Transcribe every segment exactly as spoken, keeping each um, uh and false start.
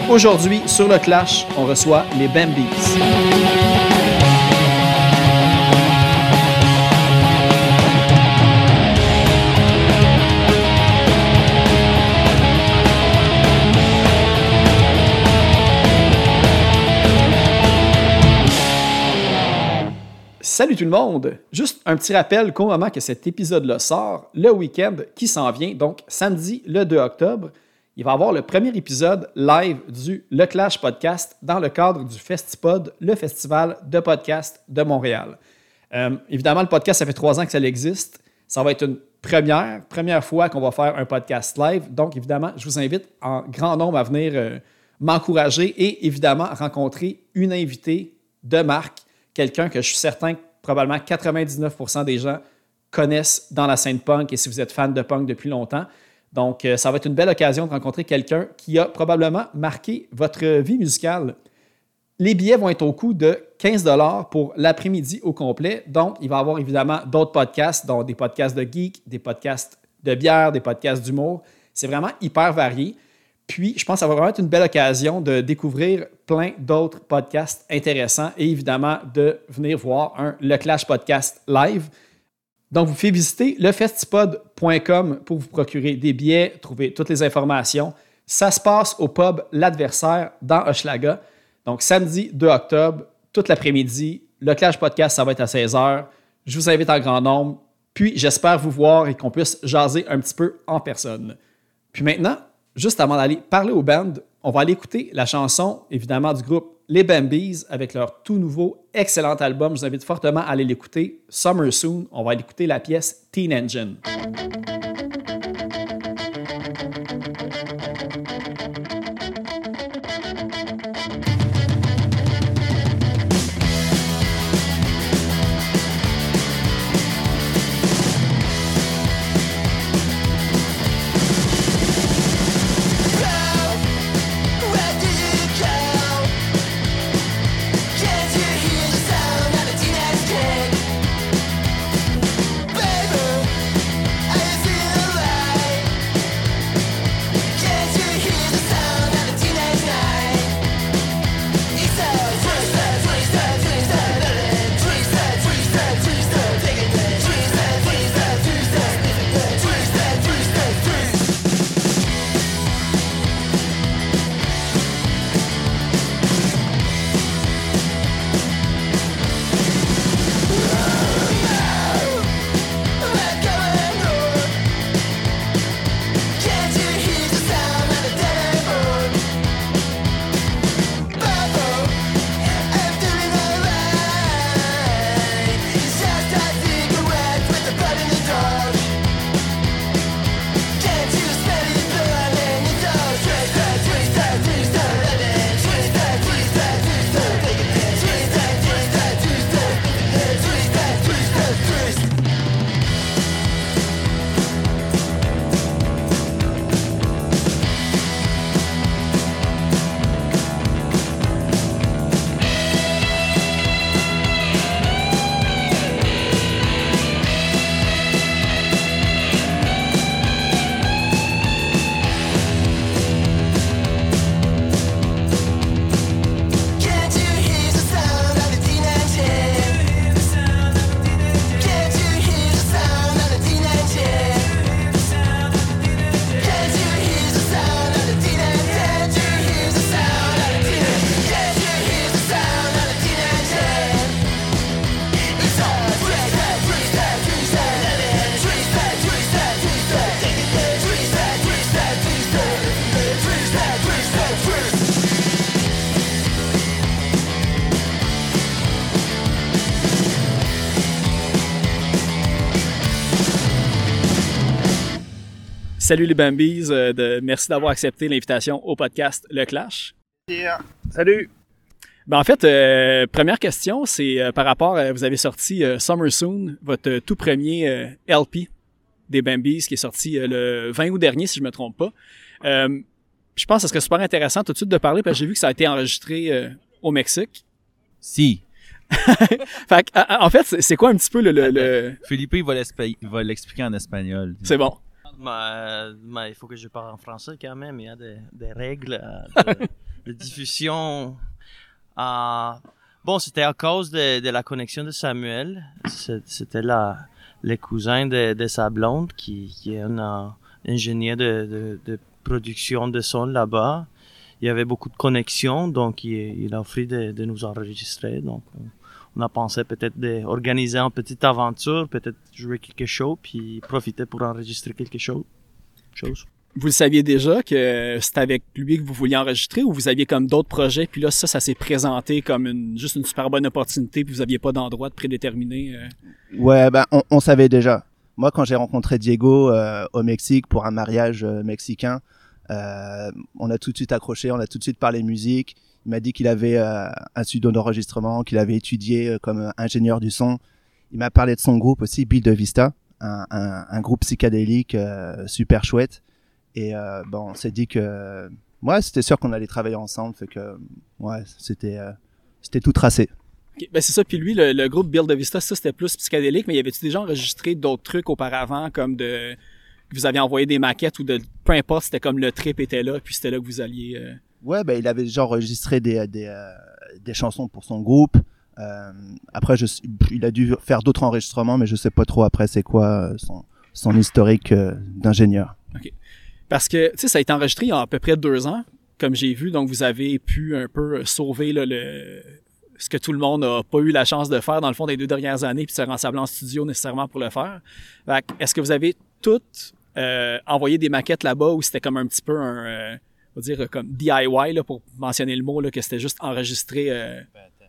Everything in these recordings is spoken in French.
Aujourd'hui, sur le Clash, on reçoit les Bambies. Salut tout le monde! Juste un petit rappel qu'au moment que cet épisode-là sort, le week-end qui s'en vient, donc samedi le deux octobre, il va y avoir le premier épisode live du Le Clash Podcast dans le cadre du Festipod, le festival de podcast de Montréal. Euh, évidemment, le podcast, ça fait trois ans que ça existe. Ça va être une première, première fois qu'on va faire un podcast live. Donc, évidemment, je vous invite en grand nombre à venir euh, m'encourager et évidemment rencontrer une invitée de marque, quelqu'un que je suis certain que probablement quatre-vingt-dix-neuf pour cent des gens connaissent dans la scène punk et si vous êtes fan de punk depuis longtemps. Donc, euh, ça va être une belle occasion de rencontrer quelqu'un qui a probablement marqué votre vie musicale. Les billets vont être au coût de quinze dollars pour l'après-midi au complet. Donc, il va y avoir évidemment d'autres podcasts, dont des podcasts de geek, des podcasts de bière, des podcasts d'humour. C'est vraiment hyper varié. Puis, je pense que ça va vraiment être une belle occasion de découvrir plein d'autres podcasts intéressants et évidemment de venir voir un Le Clash Podcast live. Donc, vous pouvez visiter le festipod point com pour vous procurer des billets, trouver toutes les informations. Ça se passe au pub L'Adversaire dans Hochelaga. Donc, samedi deux octobre, toute l'après-midi. Le Clash Podcast, ça va être à seize heures. Je vous invite en grand nombre. Puis, j'espère vous voir et qu'on puisse jaser un petit peu en personne. Puis maintenant, juste avant d'aller parler aux bands, on va aller écouter la chanson, évidemment, du groupe Les Bambies avec leur tout nouveau, excellent album. Je vous invite fortement à aller l'écouter. Summer Soon. On va aller écouter la pièce Teen Engine. Salut les Bambies, euh, de, merci d'avoir accepté l'invitation au podcast Le Clash. Yeah. Salut! Ben en fait, euh, première question, c'est euh, par rapport à, vous avez sorti euh, Summer Soon, votre euh, tout premier euh, L P des Bambies qui est sorti euh, le vingt août dernier, si je me trompe pas. Euh, je pense que ce serait super intéressant tout de suite de parler parce que j'ai vu que ça a été enregistré euh, au Mexique. Si. Fait que, en fait, c'est quoi un petit peu le... le, le... Philippe, il va l'expliquer en espagnol. C'est bon. Mais, mais il faut que je parle en français quand même, il y a des, des règles. De... la diffusion, euh, bon, c'était à cause de, de la connexion de Samuel. C'était la, le cousin de, de sa blonde qui, qui est un euh, ingénieur de, de, de production de son là-bas. Il y avait beaucoup de connexions, donc il, il a offert de, de nous enregistrer. Donc, on, on a pensé peut-être d'organiser une petite aventure, peut-être jouer quelque chose, puis profiter pour enregistrer quelque chose. chose. Vous le saviez déjà que c'était avec lui que vous vouliez enregistrer ou vous aviez comme d'autres projets, puis là, ça, ça s'est présenté comme une, juste une super bonne opportunité, puis vous aviez pas d'endroit de prédéterminé? Euh... Ouais, ben, on, on savait déjà. Moi, quand j'ai rencontré Diego euh, au Mexique pour un mariage euh, mexicain, euh, on a tout de suite accroché, on a tout de suite parlé musique. Il m'a dit qu'il avait euh, un studio d'enregistrement, qu'il avait étudié euh, comme ingénieur du son. Il m'a parlé de son groupe aussi, Build Vista, un, un, un groupe psychédélique euh, super chouette. Et euh, bon, on s'est dit que, ouais, c'était sûr qu'on allait travailler ensemble, fait que, ouais, c'était, euh, c'était tout tracé. Okay, ben c'est ça. Puis lui, le, le groupe Build Vista, ça c'était plus psychédélique, mais y avait-tu déjà enregistré d'autres trucs auparavant, comme de, vous aviez envoyé des maquettes ou de, peu importe, c'était comme le trip était là, puis c'était là que vous alliez. Euh... Ouais, ben il avait déjà enregistré des des euh, des chansons pour son groupe. Euh, après, je, il a dû faire d'autres enregistrements, mais je sais pas trop après c'est quoi son son historique euh, d'ingénieur. Ok. Parce que, tu sais, ça a été enregistré il y a à peu près deux ans, comme j'ai vu, donc vous avez pu un peu sauver là, le ce que tout le monde n'a pas eu la chance de faire dans le fond des deux dernières années, puis se rassembler en studio nécessairement pour le faire. Fait, est-ce que vous avez toutes euh, envoyé des maquettes là-bas ou c'était comme un petit peu un, euh, on va dire comme D I Y, là, pour mentionner le mot, là, que c'était juste enregistré? Euh...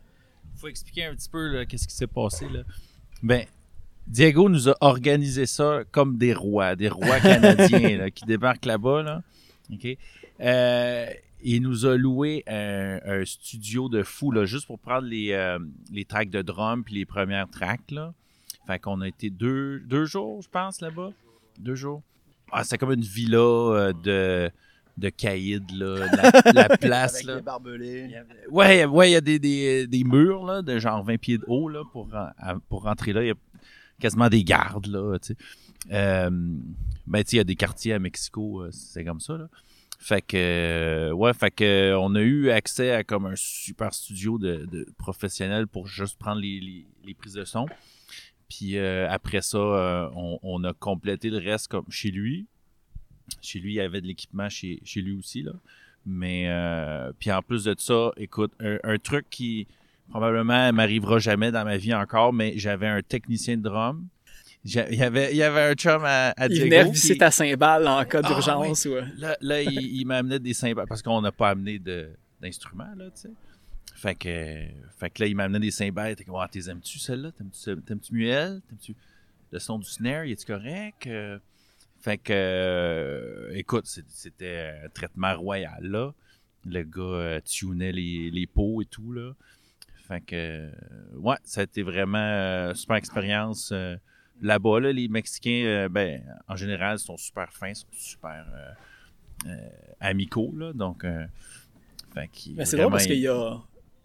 Il faut expliquer un petit peu là, qu'est-ce qui s'est passé, là. Ben, Diego nous a organisé ça comme des rois, des rois canadiens là, qui débarquent là-bas. Là. Okay. Euh, il nous a loué un, un studio de fou là, juste pour prendre les, euh, les tracks de drum puis les premières tracks. Là. Fait qu'on a été deux, deux jours, je pense, là-bas. Deux jours. Ah, c'est comme une villa euh, de, de caïd, là, la, la place. Avec là. des barbelés. Ouais, ouais, il y a des, des, des murs là, de genre vingt pieds de haut là, pour, pour rentrer là. Il y a quasiment des gardes, là, tu sais. Euh, ben, tu sais, il y a des quartiers à Mexico, c'est comme ça, là. Fait que, euh, ouais, fait que, on a eu accès à comme un super studio de, de professionnels pour juste prendre les, les, les prises de son. Puis euh, après ça, euh, on, on a complété le reste comme chez lui. Chez lui, il y avait de l'équipement chez, chez lui aussi, là. Mais, euh, puis en plus de ça, écoute, un, un truc qui probablement m'arrivera jamais dans ma vie encore, mais j'avais un technicien de drum. Il y avait, il y avait un chum à, à Diego. Il venait visser qui... ta cymbale en cas ah, d'urgence. Oui. Ouais. Là, là il, il m'amenait des cymbales parce qu'on n'a pas amené de, d'instruments, là, tu sais. Fait que, fait que là, il m'amenait des cymbales. Il était comme, ah, t'es aimes-tu celle-là? T'aimes-tu, t'aimes-tu mieux elle? T'aimes-tu le son du snare? Il est-tu correct? Euh, fait que, euh, écoute, c'était un traitement royal, là. Le gars euh, tunait les, les pots et tout, là. Fait que, euh, ouais, ça a été vraiment euh, super expérience euh, là-bas. Là, les Mexicains, euh, ben, en général, sont super fins, sont super euh, euh, amicaux, là. Donc, euh, fait ben, c'est drôle parce qu'il y a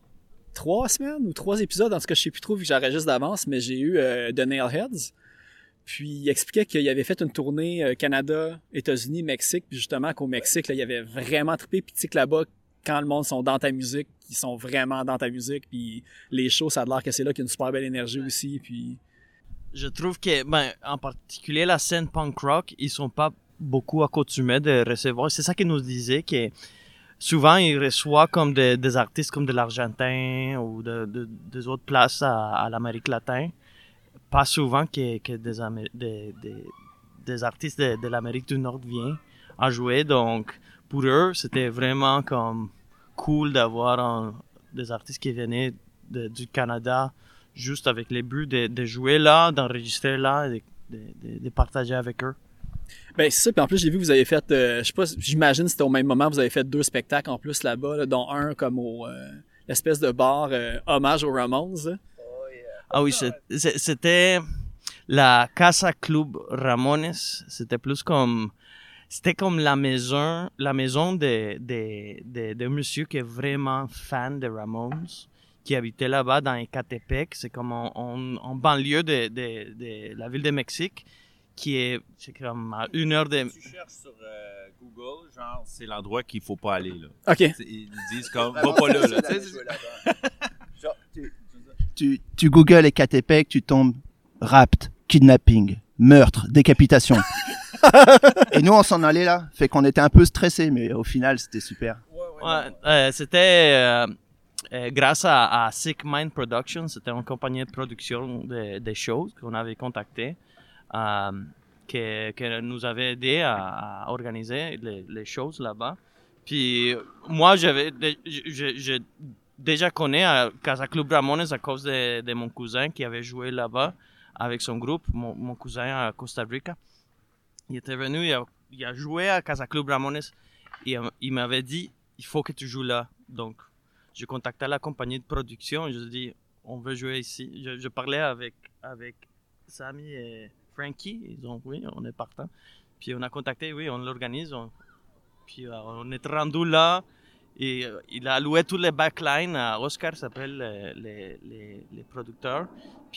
trois semaines ou trois épisodes, en tout cas, je sais plus trop vu que j'enregistre d'avance, mais j'ai eu euh, The Nailheads. Puis il expliquait qu'il avait fait une tournée euh, Canada, États-Unis, Mexique, puis justement qu'au Mexique, là, il avait vraiment trippé, puis tu sais que là-bas, quand le monde sont dans ta musique, ils sont vraiment dans ta musique, puis les shows, ça a l'air que c'est là qu'il y a une super belle énergie aussi, puis... Je trouve que, ben, en particulier la scène punk rock, ils sont pas beaucoup accoutumés de recevoir. C'est ça qu'ils nous disaient, que souvent ils reçoivent comme de, des artistes comme de l'Argentin ou de, de, des autres places à, à l'Amérique latine. Pas souvent que, que des, Amé- des, des, des artistes de, de l'Amérique du Nord viennent à jouer. Donc, pour eux, c'était vraiment comme cool d'avoir un, des artistes qui venaient de, du Canada juste avec le but de, de jouer là, d'enregistrer là et de, de, de partager avec eux. Ben c'est ça, puis en plus j'ai vu que vous avez fait, euh, je sais pas, j'imagine que c'était au même moment, vous avez fait deux spectacles en plus là-bas, là, dont un comme au euh, l'espèce de bar euh, hommage aux Ramones. Là. Ah oui, c'est, c'était la Casa Club Ramones. C'était plus comme, c'était comme la maison, la maison de de de, de monsieur qui est vraiment fan de Ramones, qui habitait là-bas dans Ecatepec. C'est comme en, en, en banlieue de, de de la ville de Mexique, qui est, c'est comme à une heure de... Tu cherches sur euh, Google, genre, c'est l'endroit qu'il faut pas aller, là. OK. C'est- Ils disent comme, va pas là, là. Tu sais, c'est- Genre, tu, tu, tu googles Ecatepec, tu tombes rapt, kidnapping, meurtre, décapitation. Et nous, on s'en allait là. Fait qu'on était un peu stressés, mais au final, c'était super. Ouais, euh, c'était euh, euh, grâce à, à Sick Mind Productions, c'était une compagnie de production de, des shows qu'on avait contacté, euh, qui, qui nous avait aidé à, à organiser les, les shows là-bas. Puis moi, j'avais, je, je, je déjà connais à Casa Club Ramones à cause de, de mon cousin qui avait joué là-bas avec son groupe, mon, mon cousin à Costa Rica. Il était venu, il a, il a joué à Casa Club Ramones et il m'avait dit il faut que tu joues là. Donc, je contactais la compagnie de production et je lui ai dit on veut jouer ici. Je, je parlais avec, avec Sammy et Frankie. Ils ont oui, on est partant. Puis on a contacté, oui, on l'organise. On, puis euh, on est rendu là et euh, il a loué tous les backlines à Oscar, s'appelle euh, les, les, les producteurs.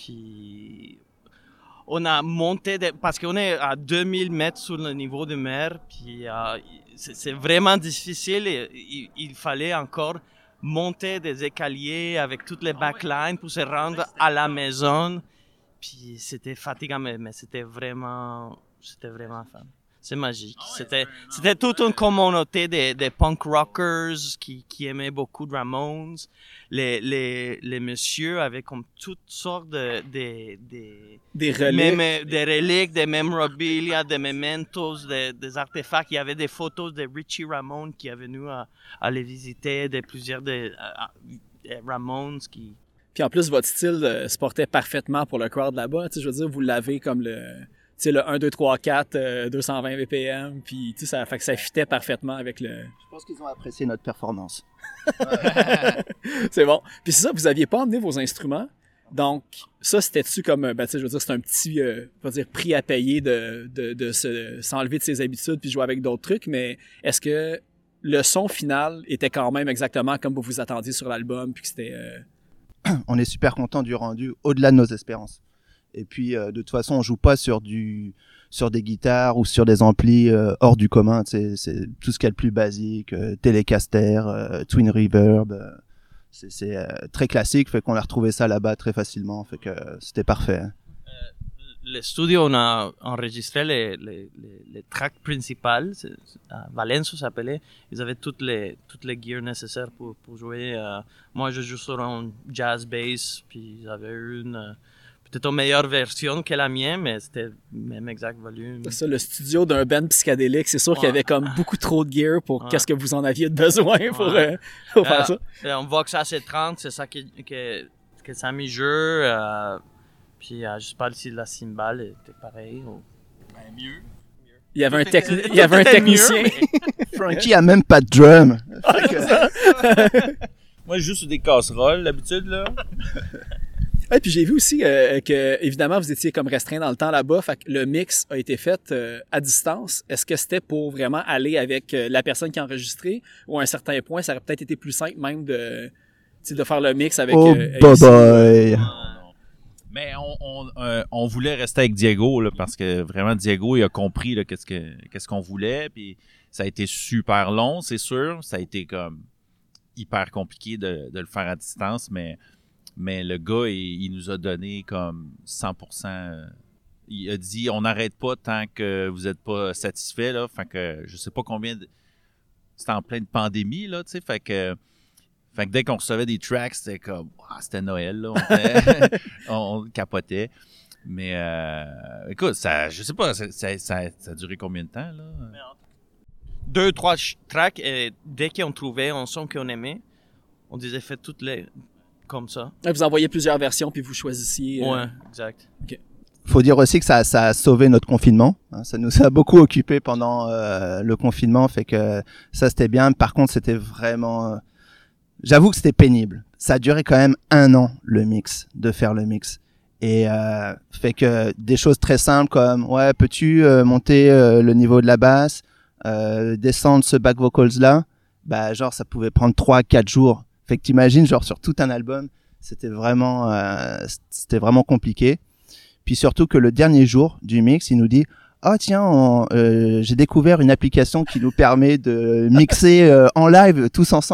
Puis on a monté, des, parce qu'on est à deux mille mètres sous le niveau de mer, puis euh, c'est, c'est vraiment difficile. Et, il, il fallait encore monter des escaliers avec toutes les backlines pour se rendre à la maison. Puis c'était fatigant, mais, mais c'était vraiment, c'était vraiment fun. C'est magique. C'était, c'était toute une communauté de, de punk rockers qui, qui aimaient beaucoup de Ramones. Les, les, les messieurs avaient comme toutes sortes de, de, de Des reliques. Même, des reliques, des memorabilia, des mementos, des, des artefacts. Il y avait des photos de Richie Ramone qui est venu à, à les visiter, de plusieurs de, à, à Ramones qui... Puis en plus, votre style euh, se portait parfaitement pour le crowd là-bas. Tu sais, je veux dire, vous l'avez comme le... Tu sais, le un, deux, trois, quatre, euh, deux cent vingt B P M, puis tu sais, ça fait que ça fitait parfaitement avec le... Je pense qu'ils ont apprécié notre performance. C'est bon. Puis c'est ça, vous aviez pas emmené vos instruments. Donc, ça, c'était-tu comme, ben, tu sais, je veux dire, c'est un petit, euh, on va dire, prix à payer de, de, de se, s'enlever de ses habitudes puis jouer avec d'autres trucs, mais est-ce que le son final était quand même exactement comme vous vous attendiez sur l'album, puis que c'était... Euh... On est super content du rendu, au-delà de nos espérances. Et puis, euh, de toute façon, on joue pas sur du, sur des guitares ou sur des amplis euh, hors du commun. C'est, c'est tout ce qu'il y a de plus basique, euh, Telecaster, euh, Twin Reverb. Euh, c'est c'est euh, très classique, fait qu'on a retrouvé ça là-bas très facilement, fait que euh, c'était parfait. Hein. Le studio, on a enregistré les, les, les, les tracks principales. C'est, à Valence, ça s'appelait. Ils avaient toutes les, toutes les gears nécessaires pour, pour jouer. Euh, moi, je joue sur un jazz bass, puis ils avaient une... Euh, peut-être une meilleure version que la mienne, mais c'était le même exact volume. C'est ça, le studio d'un band psychédélique, c'est sûr Ouais. qu'il y avait comme beaucoup trop de gear pour Ouais. qu'est-ce que vous en aviez de besoin pour, Ouais. euh, pour faire Euh, ça. Et on voit que ça c'est trente, c'est ça que, que, que ça mis jeu. Euh, puis euh, je sais pas si la cymbale était pareil. Ou... Ben, mieux. Il y avait un, Tout techni- était- il y avait un tout était mieux, technicien. mais- Frankie a même pas de drum. Fait que- Moi, je joue sur des casseroles, d'habitude, là. Et puis j'ai vu aussi euh, que, évidemment, vous étiez comme restreint dans le temps là-bas, fait que le mix a été fait euh, à distance. Est-ce que c'était pour vraiment aller avec euh, la personne qui a enregistré, ou à un certain point, ça aurait peut-être été plus simple même de, tu sais, de faire le mix avec... Oh, euh, bye ici, bye. Mais on, on, euh, on voulait rester avec Diego, là, parce que vraiment, Diego, il a compris là, qu'est-ce, que, qu'est-ce qu'on voulait, puis ça a été super long, c'est sûr. Ça a été comme hyper compliqué de, de le faire à distance, mais... Mais le gars, il, il nous a donné comme cent pour cent. Il a dit, on n'arrête pas tant que vous n'êtes pas satisfait, là. Fait que je sais pas combien de... C'était en pleine pandémie, là, tu sais. Fait que, fait que dès qu'on recevait des tracks, c'était comme, wow, c'était Noël, là. On, était... on, on capotait. Mais, euh, écoute, ça, je sais pas, ça, ça, ça, ça a duré combien de temps, là? Deux, trois ch- tracks, et dès qu'on trouvait un son qu'on aimait, on disait faites toutes les... comme ça. Vous envoyez plusieurs versions, puis vous choisissiez... euh, Ouais, exact. Faut dire aussi que ça, ça a sauvé notre confinement. Hein, ça nous a beaucoup occupé pendant euh, le confinement, fait que ça c'était bien. Par contre, c'était vraiment, euh, j'avoue que c'était pénible. Ça a duré quand même un an le mix, de faire le mix, et euh, fait que des choses très simples comme ouais, peux-tu euh, monter euh, le niveau de la basse, euh, descendre ce back vocals là, bah genre ça pouvait prendre trois, quatre jours. Fait que t'imagines genre sur tout un album, c'était vraiment, euh, c'était vraiment compliqué. Puis surtout que le dernier jour du mix, il nous dit « Ah tiens, on, euh, j'ai découvert une application qui nous permet de mixer euh, en live tous ensemble. »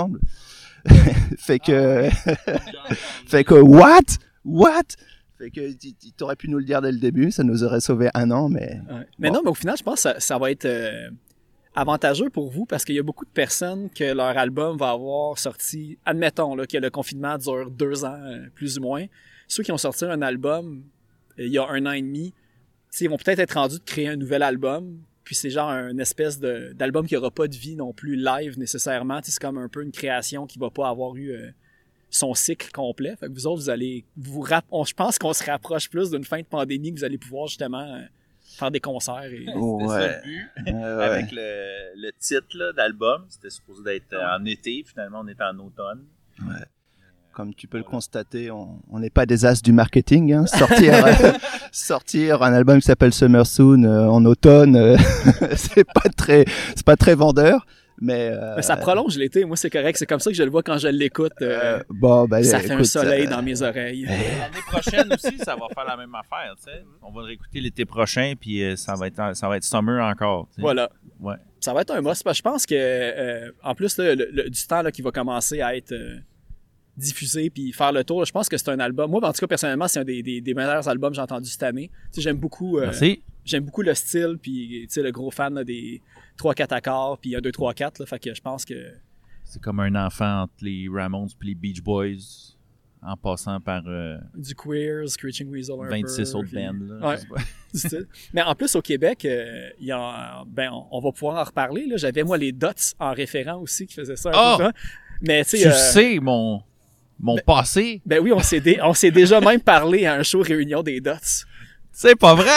Fait que... fait que what? What? Fait que tu aurais pu nous le dire dès le début, ça nous aurait sauvé un an, mais... Ouais. Mais bon. non, mais au final, je pense que ça, ça va être euh, avantageux pour vous parce qu'il y a beaucoup de personnes que leur album va avoir sorti, admettons là, que le confinement dure deux ans, euh, plus ou moins. Ceux qui ont sorti un album euh, il y a un an et demi, ils vont peut-être être rendus de créer un nouvel album, puis c'est genre une espèce de, d'album qui n'aura pas de vie non plus live nécessairement. T'sais, c'est comme un peu une création qui va pas avoir eu euh, son cycle complet. Fait que vous autres, vous allez vous rap- on, je pense qu'on se rapproche plus d'une fin de pandémie que vous allez pouvoir justement euh, faire des concerts. Et... C'était Ouais. ça le but. Euh, ouais. Avec le, le titre là, d'album, c'était supposé d'être en été, finalement on est en automne. Ouais. Comme tu peux le constater, on on n'est pas des as du marketing. Hein. Sortir, euh, sortir un album qui s'appelle Summer Soon euh, en automne, euh, c'est pas très, c'est pas très vendeur. Mais, euh, Mais ça prolonge l'été. Moi, c'est correct. C'est comme ça que je le vois quand je l'écoute. Euh, euh, bon, ben, ça fait écoute, un soleil euh, dans mes oreilles. L'année prochaine aussi, ça va faire la même affaire. Tu sais. On va le réécouter l'été prochain, puis euh, ça va être ça va être summer encore. Tu sais. Voilà. Ouais. Ça va être un must. Parce que je pense que, euh, en plus, là, le, le- du temps là, qui va commencer à être euh, diffusé puis faire le tour, là, je pense que c'est un album. Moi, en tout cas, personnellement, c'est un des, des, des meilleurs albums que j'ai entendu cette année. Tu sais, j'aime beaucoup. Euh, Merci. J'aime beaucoup le style, puis tu sais, le gros fan là, des trois quatre accords, puis un deux trois quatre. Là, fait que je pense que. C'est comme un enfant entre les Ramones et les Beach Boys, en passant par euh, Du Queers, Screeching Weasel, un vingt-six peu, autres puis- bands. Là, Ouais. je sais pas. du style. Mais en plus, au Québec, euh, il y a, ben, on, on va pouvoir en reparler. Là. J'avais, moi, les Dots en référent aussi qui faisaient ça. Un Oh! peu, ça. Mais tu sais. Tu euh, sais mon, mon passé. Ben oui, on s'est, dé- on s'est déjà même parlé à un show réunion des Dots. C'est pas vrai!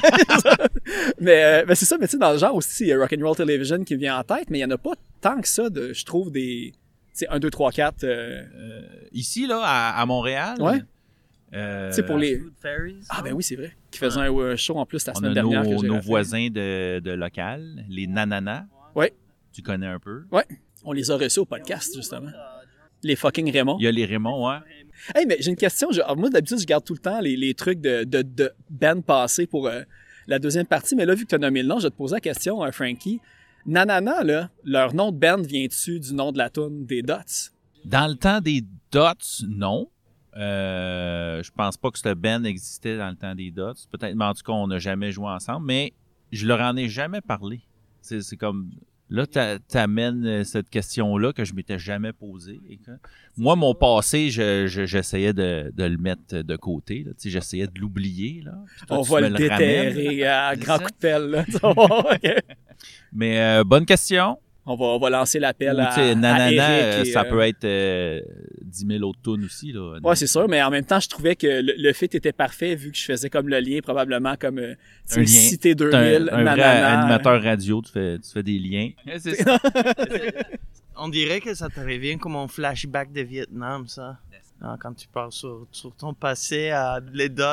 Mais, euh, ben c'est ça, mais tu sais, dans le genre aussi, il y a Rock'n'Roll Television qui me vient en tête, mais il y en a pas tant que ça, de, je trouve, des. Tu sais, un, deux, trois, quatre. Euh, Euh, ici, là, à, à Montréal. Ouais. euh, tu sais, pour les. Food Fairies. Ah, non? ben oui, c'est vrai. Qui faisait un, un show en plus la on semaine a dernière. que nos, j'ai nos refait. voisins de, de local, les Nananas. Ouais. Tu connais un peu. On les a reçus au podcast, justement. Les fucking Raymond. Il y a les Raymond, ouais. Hey, mais j'ai une question. Je- alors, moi, d'habitude, je garde tout le temps les, les trucs de, de, de band passés pour euh, la deuxième partie. Mais là, vu que tu as nommé le nom, je vais te poser la question, hein, Frankie. Nanana, là, leur nom de band vient-tu du nom de la tune des Dots? Dans le temps des Dots, non. Euh, je pense pas que ce band existait dans le temps des Dots. Peut-être, mais en tout cas, on n'a jamais joué ensemble, mais je leur en ai jamais parlé. C'est, c'est comme... Là, t'a- t'amènes euh, cette question-là que je m'étais jamais posée. Et que- Moi, mon passé, je, je- j'essayais de, de le mettre de côté. Là. Tu sais, j'essayais de l'oublier. Là. Puis toi, On tu va me le ramènes. déterrer à C'est grand ça. coup de pelle. Là. Tu vas voir, ok. Mais euh, bonne question. on, va, on va lancer l'appel Ou, à, tu sais, à Nanana, Eric. euh, et, ça euh, peut être euh, dix mille autres tunes aussi. Là. Ouais, c'est sûr, mais en même temps, je trouvais que le, le fit était parfait vu que je faisais comme le lien, probablement comme euh, tu sais, Un lien. Cité deux T'es mille, un, un vrai Nanana. animateur radio, tu fais, tu fais des liens. C'est ça. On dirait que ça te revient comme un flashback de Vietnam, ça. Ah, quand tu parles sur, sur ton passé à les Dots.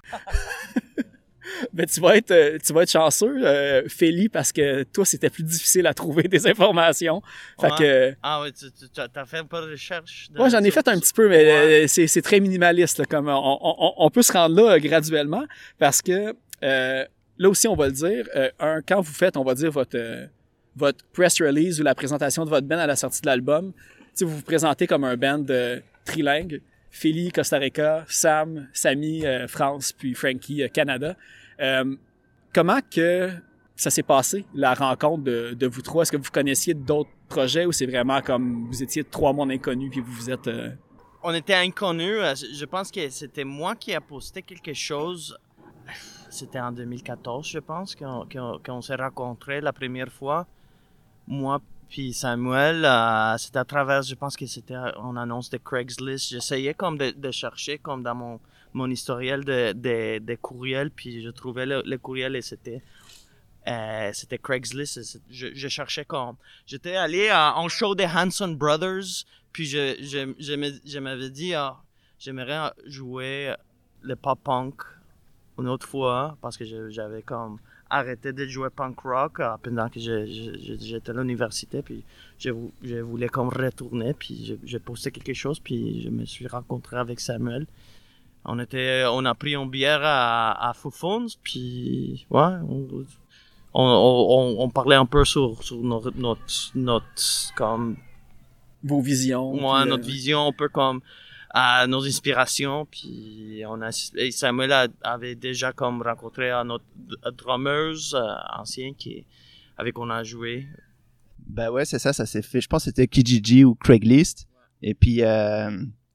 Ben, tu vas être, euh, tu vas être chanceux, euh, Feli, parce que toi, c'était plus difficile à trouver des informations. Fait Ouais. que, Ah ouais, tu, tu as fait un peu de recherche? de- moi, j'en ai sur- fait un petit peu, mais Ouais. euh, c'est, c'est très minimaliste. Là, comme on, on, on peut se rendre là euh, graduellement, parce que euh, là aussi, on va le dire. euh, un, quand vous faites, on va dire votre euh, votre press release ou la présentation de votre band à la sortie de l'album, tu sais, vous vous présentez comme un band euh, trilingue. Philly, Costa Rica, Sam, Samy, euh, France, puis Frankie, euh, Canada. Euh, comment que ça s'est passé, la rencontre de, de vous trois? Est-ce que vous connaissiez d'autres projets ou c'est vraiment comme vous étiez trois mondes inconnus puis vous vous êtes... euh, On était inconnus. euh, Je je pense que c'était moi qui a posté quelque chose. C'était en deux mille quatorze, je pense, qu'on qu'on- qu'on s'est rencontrés la première fois. Moi puis Samuel, euh, c'était à travers, je pense que c'était en annonce de Craigslist. J'essayais comme de, de chercher comme dans mon, mon historiel de, de, de courriels, puis je trouvais le, le courriel et c'était euh, c'était Craigslist. Et c'est- je, je cherchais comme... J'étais allé à- en show des Hanson Brothers, puis je, je, je, me- je m'avais dit, ah, j'aimerais jouer le pop-punk une autre fois, parce que je- j'avais comme arrêté de jouer punk rock euh, pendant que je- je- je- j'étais à l'université, puis je, vou- je voulais comme retourner, puis je- j'ai posté quelque chose, puis je me suis rencontré avec Samuel. On était, on a pris une bière à, à Foo Phones, puis ouais, on, on, on, on parlait un peu sur, sur notre, notre, notre comme vos visions. Ouais, puis, notre euh... vision, un peu comme à nos inspirations, puis on a, et Samuel a, avait déjà comme rencontré un autre drummer euh, ancien qui, avec on a joué. Bah ouais, c'est ça, ça s'est fait. Je pense que c'était Kijiji ou Craigslist. Et puis, euh,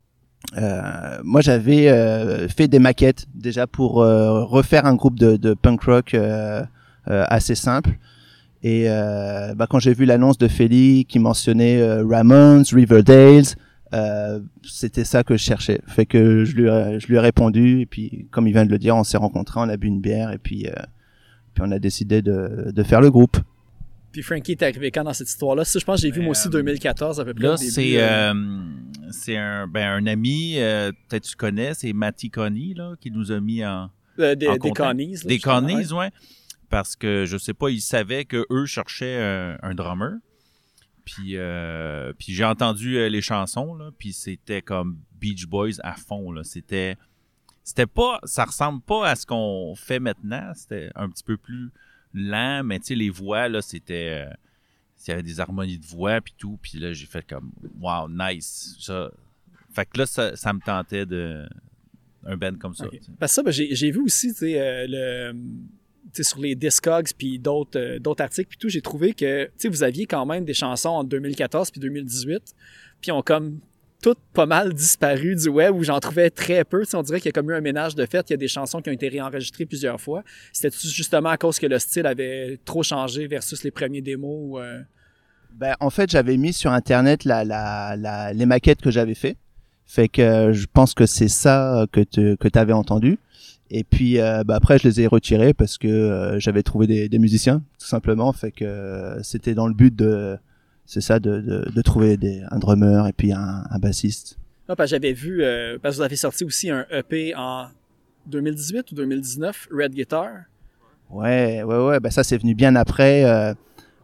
euh, moi, j'avais euh, fait des maquettes déjà pour euh, refaire un groupe de, de punk rock euh, euh, assez simple. Et euh, bah, quand j'ai vu l'annonce de Feli qui mentionnait euh, Ramones, Riverdales, euh, c'était ça que je cherchais. Fait que je lui, ai, je lui ai répondu. Et puis, comme il vient de le dire, on s'est rencontrés, on a bu une bière et puis, euh, puis on a décidé de, de faire le groupe. Puis Frankie est arrivé quand dans cette histoire-là? Ça, je pense que j'ai vu, moi aussi, deux mille quatorze à peu près. Là, au début, c'est, euh... euh, c'est un, ben, un ami, euh, peut-être tu connais, c'est Matty Connie, là, qui nous a mis en, euh, des, en des contact. Connies. Des Connies, ouais. Parce que, je sais pas, ils savaient qu'eux cherchaient un, un drummer. Puis, euh, puis j'ai entendu euh, les chansons, là, puis c'était comme Beach Boys à fond, là. C'était, c'était pas, ça ressemble pas à ce qu'on fait maintenant. C'était un petit peu plus lent, mais tu sais, les voix, là, c'était... Euh, il y avait des harmonies de voix puis tout, puis là j'ai fait comme wow, nice ça. Fait que là ça, ça me tentait de un band comme ça. Okay. Parce que ça, ben, j'ai, j'ai vu aussi, tu sais, euh, le tu sais, sur les Discogs puis d'autres euh, d'autres articles puis tout, j'ai trouvé que tu sais vous aviez quand même des chansons en deux mille quatorze puis deux mille dix-huit, puis ont comme toutes pas mal disparu du web, où j'en trouvais très peu. Tu sais, on dirait qu'il y a comme eu un ménage de fait. Il y a des chansons qui ont été réenregistrées plusieurs fois. C'était justement à cause que le style avait trop changé versus les premiers démos? Ou, euh... Ben, en fait, j'avais mis sur Internet la, la, la, les maquettes que j'avais fait. Fait que euh, je pense que c'est ça que tu que t'avais entendu. Et puis euh, ben, après, je les ai retirés parce que euh, j'avais trouvé des, des musiciens, tout simplement. Fait que euh, c'était dans le but de... C'est ça, de, de, de trouver des, un drummer et puis un, un bassiste. Non, parce que j'avais vu, euh, parce que vous avez sorti aussi un E P en deux mille dix-huit ou deux mille dix-neuf, Red Guitar. Ouais, ouais, ouais, ben ça c'est venu bien après. Euh,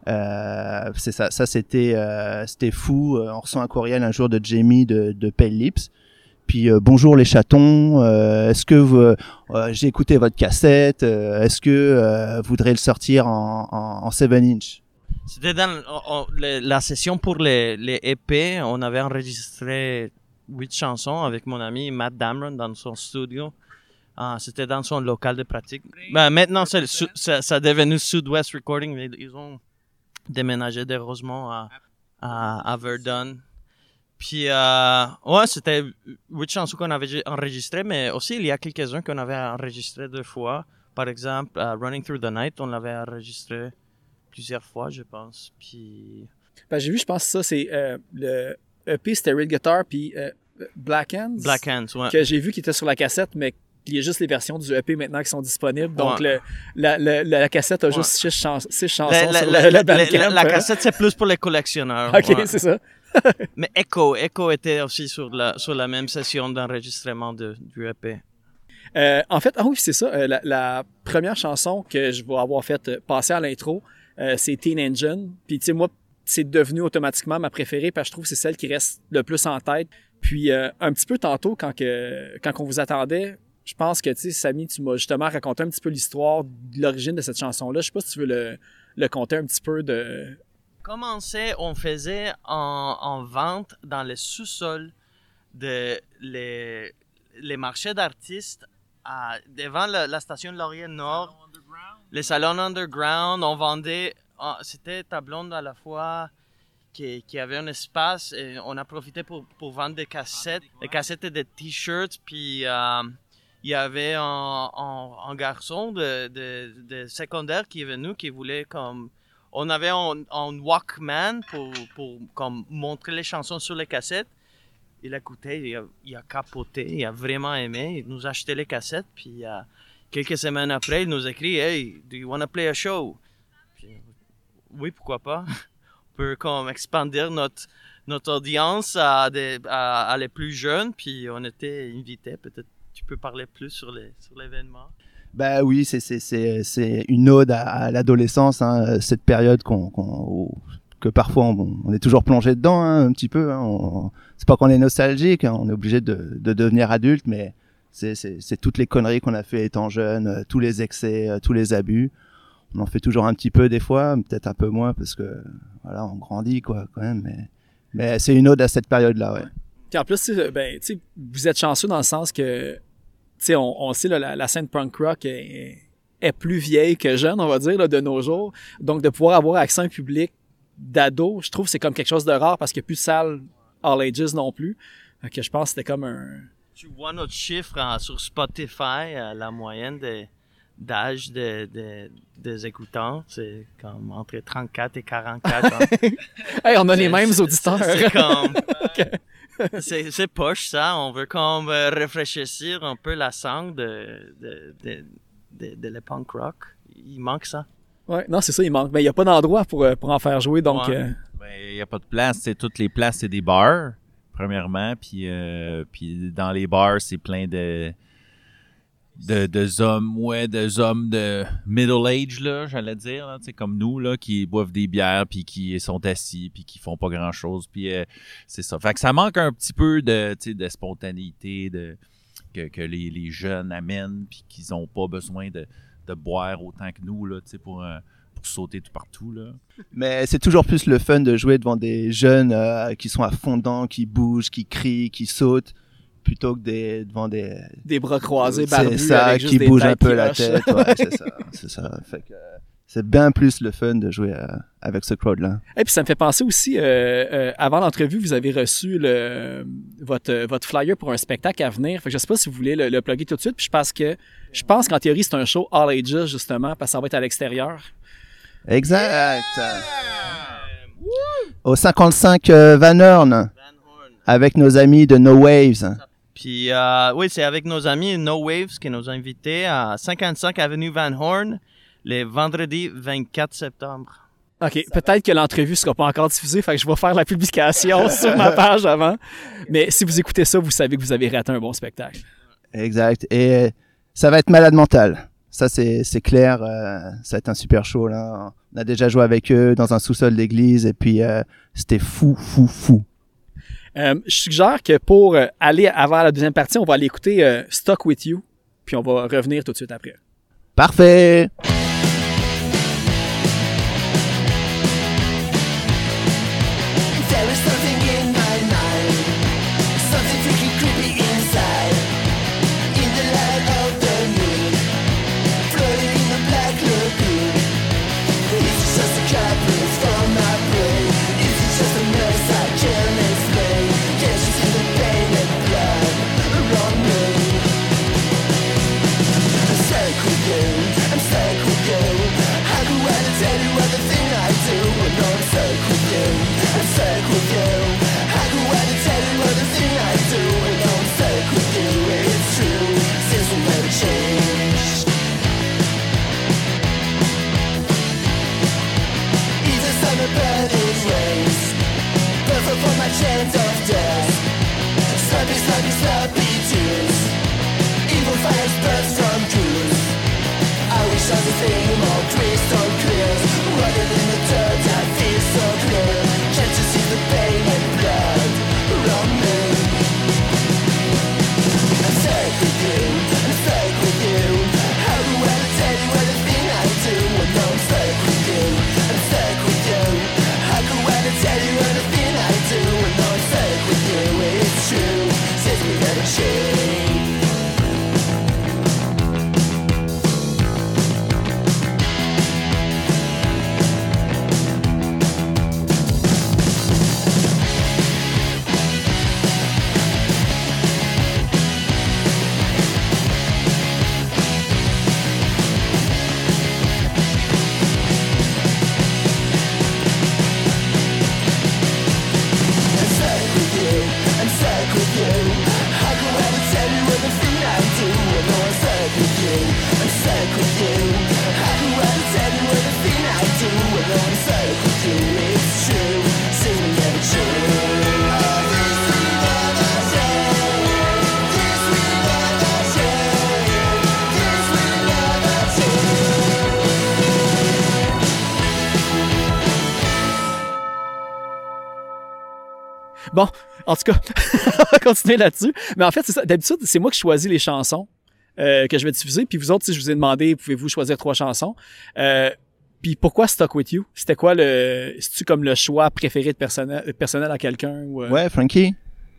euh, c'est ça, ça c'était, euh, c'était fou. On reçoit un courriel un jour de Jamie de, de Pale Lips. Puis euh, bonjour les chatons, euh, est-ce que vous, euh, j'ai écouté votre cassette, euh, est-ce que euh, vous voudrez le sortir en, en, en seven inch? C'était dans on, on, le, la session pour les, les E P. On avait enregistré huit chansons avec mon ami Matt Dameron dans son studio. Ah, c'était dans son local de pratique. Ben, maintenant, c'est, ça, ça est devenu Sud-West Recording. Ils ont déménagé de Rosemont à, à, à Verdun. Puis, euh, ouais, c'était huit chansons qu'on avait enregistrées, mais aussi il y a quelques-uns qu'on avait enregistrés deux fois. Par exemple, uh, Running Through the Night, on l'avait enregistré plusieurs fois, je pense. Puis... Ben, j'ai vu, je pense que ça, c'est euh, le E P, c'était Red Guitar, puis euh, Black Hands. Black Hands, ouais. Que j'ai vu qui était sur la cassette, mais il y a juste les versions du E P maintenant qui sont disponibles. Donc, ouais. le, la, la, la cassette a ouais. juste six, chans- six chansons la, sur la, le, la, le Bandcamp. La, la, la cassette, c'est plus pour les collectionneurs. OK, ouais. c'est ça. Mais Echo, Echo était aussi sur la, sur la même session d'enregistrement de, du E P. Euh, en fait, ah oui, c'est ça. Euh, la, la première chanson que je vais avoir fait passer à l'intro, euh, c'est Teen Engine. Puis, tu sais, moi, c'est devenu automatiquement ma préférée parce que je trouve que c'est celle qui reste le plus en tête. Puis, euh, un petit peu tantôt, quand, que, quand on vous attendait, je pense que, tu sais, Samy, tu m'as justement raconté un petit peu l'histoire de l'origine de cette chanson-là. Je sais pas si tu veux le, le conter un petit peu de... Commencé, on faisait en, en vente dans le sous-sol de les, les marchés d'artistes à, devant la, la station Laurier Nord, les salons underground. On vendait, c'était ta blonde à la fois qui, qui avait un espace et on a profité pour, pour vendre des cassettes, des cassettes et des t-shirts. Puis euh, il y avait un, un, un garçon de, de, de secondaire qui est venu qui voulait comme... On avait un, un Walkman pour, pour comme, montrer les chansons sur les cassettes. Il a écouté, il a, il a capoté, il a vraiment aimé. Il nous a acheté les cassettes. Puis euh, quelques semaines après, il nous écrit « Hey, do you want to play a show? » Puis, oui, pourquoi pas. On peut comme expandir notre, notre audience à, des, à, à les plus jeunes. Puis on était invités. Peut-être tu peux parler plus sur, les, sur l'événement. Bah oui, c'est c'est c'est c'est une ode à, à l'adolescence, hein, cette période qu'on, qu'on que parfois on, on est toujours plongé dedans, hein, un petit peu. Hein, on, c'est pas qu'on est nostalgique, hein, on est obligé de de devenir adulte, mais C'est, c'est, c'est toutes les conneries qu'on a fait étant jeune, euh, tous les excès, euh, tous les abus. On en fait toujours un petit peu des fois, peut-être un peu moins parce que voilà, on grandit quoi quand même. Mais, mais c'est une ode à cette période-là, ouais. Puis en plus, ben, tu sais, vous êtes chanceux dans le sens que, tu sais, on, on sait là, la, la scène punk rock est, est plus vieille que jeune, on va dire, là, de nos jours. Donc de pouvoir avoir accès à un public d'ados, je trouve que c'est comme quelque chose de rare parce qu'il n'y a plus de salles all ages non plus. Que je pense que c'était comme un... Tu vois notre chiffre hein, sur Spotify, euh, la moyenne de, d'âge de, de, des écoutants, c'est comme entre trente-quatre et quarante-quatre ans. Hey, on a c'est, les mêmes c'est, auditeurs. C'est, c'est comme... okay. c'est, c'est poche, ça. On veut comme euh, réfléchir un peu la sang de, de, de, de, de le punk rock. Il manque ça. Ouais, non, c'est ça, il manque. Mais il n'y a pas d'endroit pour, pour en faire jouer, donc... Ouais. Euh... Ben, il n'y a pas de place. C'est toutes les places, c'est des bars, premièrement. Puis, euh, puis dans les bars, c'est plein de... De, de hommes, ouais, de hommes de middle age, là, j'allais dire, là, tu sais, comme nous, là, qui boivent des bières, puis qui sont assis, puis qui font pas grand-chose, puis euh, c'est ça. Fait que ça manque un petit peu de, tu sais, de spontanéité, de, que, que les, les jeunes amènent, puis qu'ils ont pas besoin de, de boire autant que nous, là, tu sais, pour, euh, pour sauter tout partout, là. Mais c'est toujours plus le fun de jouer devant des jeunes euh, qui sont à fond dedans, qui bougent, qui crient, qui sautent, plutôt que des, devant des... Des bras croisés, barbus, c'est ça, avec juste qui des bougent un têtes peu qui la rushent. tête, ouais, c'est ça, c'est ça. Fait que, euh, c'est bien plus le fun de jouer euh, avec ce crowd-là. Et puis ça me fait penser aussi, euh, euh, avant l'entrevue, vous avez reçu le, votre, votre flyer pour un spectacle à venir. Fait que je sais pas si vous voulez le, le plugger tout de suite. Puis je pense que, je pense qu'en théorie, c'est un show all ages, justement, parce que ça va être à l'extérieur. Exact. Au cinquante-cinq euh, Van Horn, Van Horn. avec nos amis de No Waves. Puis, euh, oui, c'est avec nos amis No Waves qui nous ont invités à cinquante-cinq avenue Van Horn, le vendredi vingt-quatre septembre. OK, peut-être que l'entrevue sera pas encore diffusée, fait que je vais faire la publication sur ma page avant. Mais si vous écoutez ça, vous savez que vous avez raté un bon spectacle. Exact. Et ça va être malade mental. Ça, c'est, c'est clair. Euh, ça va être un super show, là. On a déjà joué avec eux dans un sous-sol d'église et puis euh, c'était fou, fou, fou. Euh, je suggère que pour euh, aller avant la deuxième partie, on va aller écouter euh, Stuck With You, puis on va revenir tout de suite après. Parfait! Tell you anything I do, and I'm stuck with you. It's true. Bon, en tout cas, on va continuer là-dessus. Mais en fait, c'est ça. D'habitude, c'est moi qui choisis les chansons euh, que je vais diffuser. Puis vous autres, si je vous ai demandé, pouvez-vous choisir trois chansons? Euh, puis pourquoi Stuck With You? C'était quoi le... C'est-tu comme le choix préféré de personnel, personnel à quelqu'un? Ou, euh... Ouais, Frankie?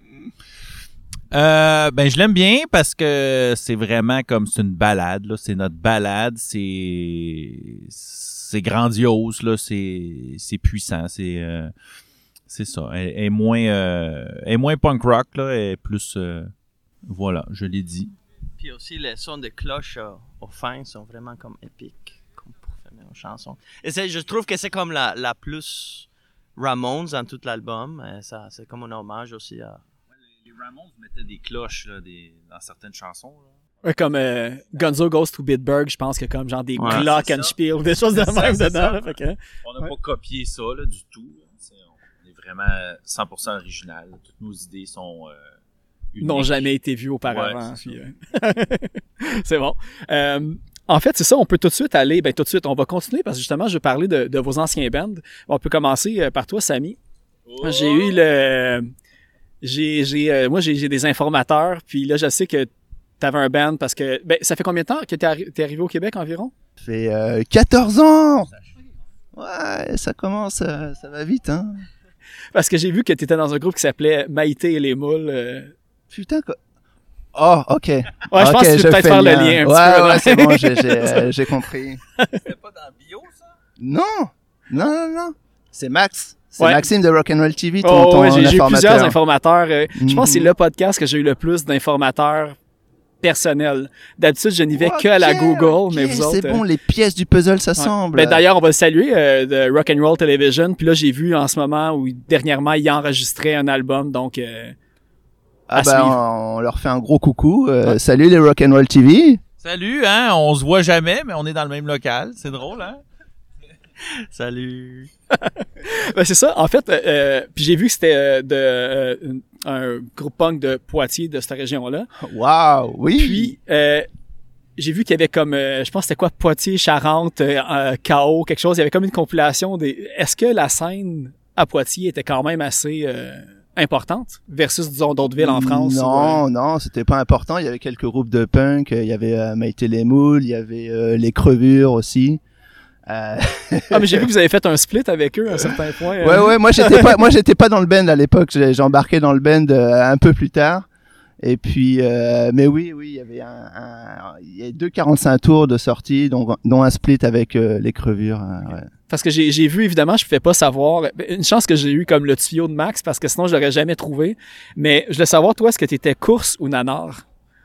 Euh, ben je l'aime bien parce que c'est vraiment comme c'est une balade là, c'est notre balade, c'est c'est grandiose là, c'est c'est puissant, c'est euh, c'est ça. Elle, elle est moins euh, elle est moins punk rock là, elle est plus euh, voilà, je l'ai dit. Puis aussi les sons de cloche euh, aux fins sont vraiment comme épiques, comme pour faire une chanson. Et c'est, je trouve que c'est comme la la plus Ramones dans tout l'album, et ça c'est comme un hommage aussi à Les Ramones mettaient des cloches là, des, dans certaines chansons. Là. Ouais, comme euh, Gonzo Goes to Bitburg, je pense qu'il y a comme genre des ouais, glockenspiel, des choses de c'est même ça, dedans. Là, ça. fait que, On n'a ouais. pas copié ça là, du tout. Là. C'est, on est vraiment cent pour cent original. Là. Toutes nos idées sont euh, uniques. N'ont jamais été vues auparavant. Ouais, c'est, puis, euh... c'est bon. Euh, en fait, c'est ça, on peut tout de suite aller, ben tout de suite, on va continuer parce que justement, je vais parler de, de vos anciens bands. On peut commencer euh, par toi, Samy. Oh! J'ai eu le... J'ai, j'ai, euh, moi, j'ai, j'ai des informateurs, puis là, je sais que t'avais un band parce que... Ben, ça fait combien de temps que t'es, arri- t'es arrivé au Québec environ? Ça fait euh, quatorze ans! Ouais, ça commence, euh, ça va vite, hein. Parce que j'ai vu que t'étais dans un groupe qui s'appelait Maïté et les moules. euh. Putain, quoi. Oh, ok. Ouais, je Ok, pense que tu je peux peut-être fais faire le lien. lien un ouais, petit peu. Ouais, là. c'est bon, j'ai, j'ai, euh, j'ai compris. C'était pas dans bio, ça? Non! Non, non, non. C'est Max. C'est Ouais. Maxime de Rock'n'Roll T V, ton, Oh, ton ouais, j'ai, j'ai eu informateur. plusieurs informateurs. euh, Je pense que c'est Mhm. le podcast que j'ai eu le plus d'informateurs personnels. D'habitude, je n'y vais que à la Ok, Google, ok, mais vous autres... c'est euh, bon, les pièces du puzzle ouais. s'assemblent. Ben, d'ailleurs, on va le saluer euh, de Rock'n'Roll Television. Puis là, j'ai vu en ce moment où dernièrement, il enregistrait un album. Donc, euh, ah à ben, suivre. on, on leur fait un gros coucou. Euh, Ouais. Salut les Rock'n'Roll T V. Salut, hein? On se voit jamais, mais on est dans le même local. C'est drôle, hein? Salut. ben, c'est ça. En fait, euh, puis j'ai vu que c'était euh, de euh, une- un groupe punk de Poitiers, de cette région-là. Waouh, oui. Puis, euh, j'ai vu qu'il y avait comme, euh, je pense que c'était quoi, Poitiers, Charente, euh, euh, K O, quelque chose. Il y avait comme une compilation des... Est-ce que la scène à Poitiers était quand même assez euh, importante versus, disons, d'autres villes en France? Non, ou, euh, non, c'était pas important. Il y avait quelques groupes de punk. Il y avait euh, Maïté les Moules. Il y avait euh, les Crevures aussi. Euh... Ah, mais j'ai vu que vous avez fait un split avec eux à un certain point. euh. ouais, ouais. Moi, j'étais pas, moi, j'étais pas dans le band à l'époque. J'ai, j'ai embarqué dans le band euh, un peu plus tard. Et puis, euh, mais oui, oui, il y avait un, un il y a deux quarante-cinq tours de sortie, dont, dont un split avec euh, les Crevures. euh, ouais. Parce que j'ai, j'ai vu, évidemment, je ne pouvais pas savoir. Une chance que j'ai eu comme le tuyau de Max, parce que sinon, je l'aurais jamais trouvé. Mais je voulais savoir, toi, est-ce que tu étais course ou nanar?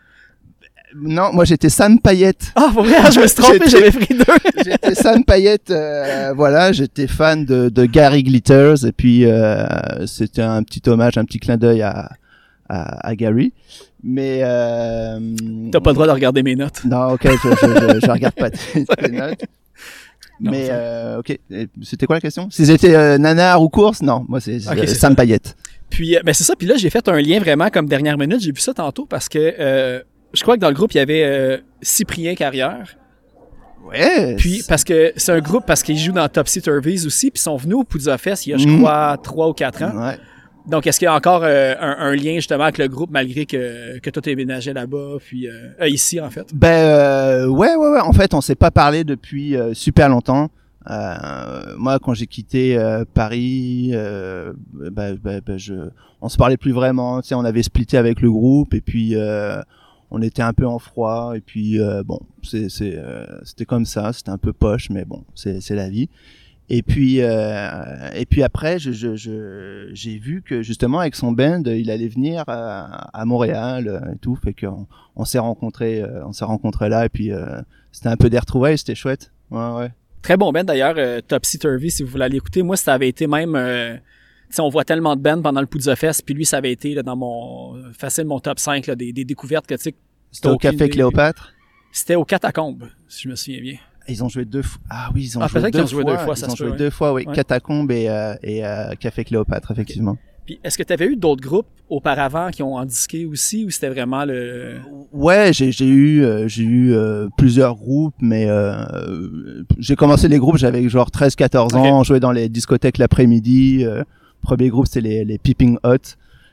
Non, moi j'étais Sam Payette. Ah, pour vrai, je me suis trompé, J'étais- j'avais pris deux. J'étais Sam Payette, euh, voilà, j'étais fan de, de Gary Glitters et puis euh, c'était un petit hommage, un petit clin d'œil à, à, à Gary. Mais euh, T'as pas le droit de regarder mes notes. non, ok, je, je, je, je regarde pas tes, tes notes. Non, Mais ça- euh, ok, Et c'était quoi la question? Si c'était euh, nanar ou course? Non, moi c'est, c'est Ok, c'est Sam ça. Payette. Puis, euh, ben c'est ça. Puis là, j'ai fait un lien vraiment comme dernière minute. J'ai vu ça tantôt parce que euh, je crois que dans le groupe, il y avait euh, Cyprien Carrière. Ouais. Puis, parce que c'est un groupe, parce qu'ils jouent dans Topsy Turvies aussi, puis ils sont venus au Poudza Fest il y a, je Mhm. crois, trois ou quatre ans. Ouais. Donc, est-ce qu'il y a encore euh, un, un lien justement avec le groupe, malgré que, que toi t'es déménagé là-bas, puis euh, euh, ici, en fait? Ben euh, ouais ouais ouais en fait on s'est pas parlé depuis euh, super longtemps. Euh, moi quand j'ai quitté euh, Paris euh, ben ben ben, je on se parlait plus vraiment, tu sais on avait splitté avec le groupe et puis euh, on était un peu en froid et puis euh, bon c'est c'est euh, c'était comme ça, c'était un peu poche mais bon c'est c'est la vie. Et puis euh, et puis après je je je j'ai vu que justement avec son band il allait venir à, à Montréal euh, et tout, fait qu'on on s'est rencontrés euh, on s'est rencontrés là et puis euh, c'était un peu des retrouvailles, c'était chouette. Ouais ouais. Très bon band d'ailleurs, euh, Topsy Turvy, si vous voulez aller écouter. Moi, ça avait été même... Euh, tu sais, on voit tellement de bands pendant le Poudza Fest, puis lui, ça avait été là, dans mon... facile, mon top cinq, là, des, des découvertes que, tu sais... C'était au aucune Café idée. Cléopâtre. C'était au Catacombes, si je me souviens bien. Ils ont joué deux fois. Ah oui, ils ont Ah, joué peut-être deux qu'ils ont joué fois. deux fois, Ils ça ont se peut, joué ouais. deux fois, oui. Ouais. Catacombes et, euh, et euh, Café Cléopâtre, effectivement. Puis, est-ce que tu avais eu d'autres groupes auparavant qui ont en disqué aussi, ou c'était vraiment le... Ouais, j'ai j'ai eu euh, j'ai eu euh, plusieurs groupes, mais euh, euh, j'ai commencé les groupes, j'avais genre treize quatorze ans, Ok. on jouait dans les discothèques l'après-midi. Euh, premier groupe c'était les les Peeping Hot.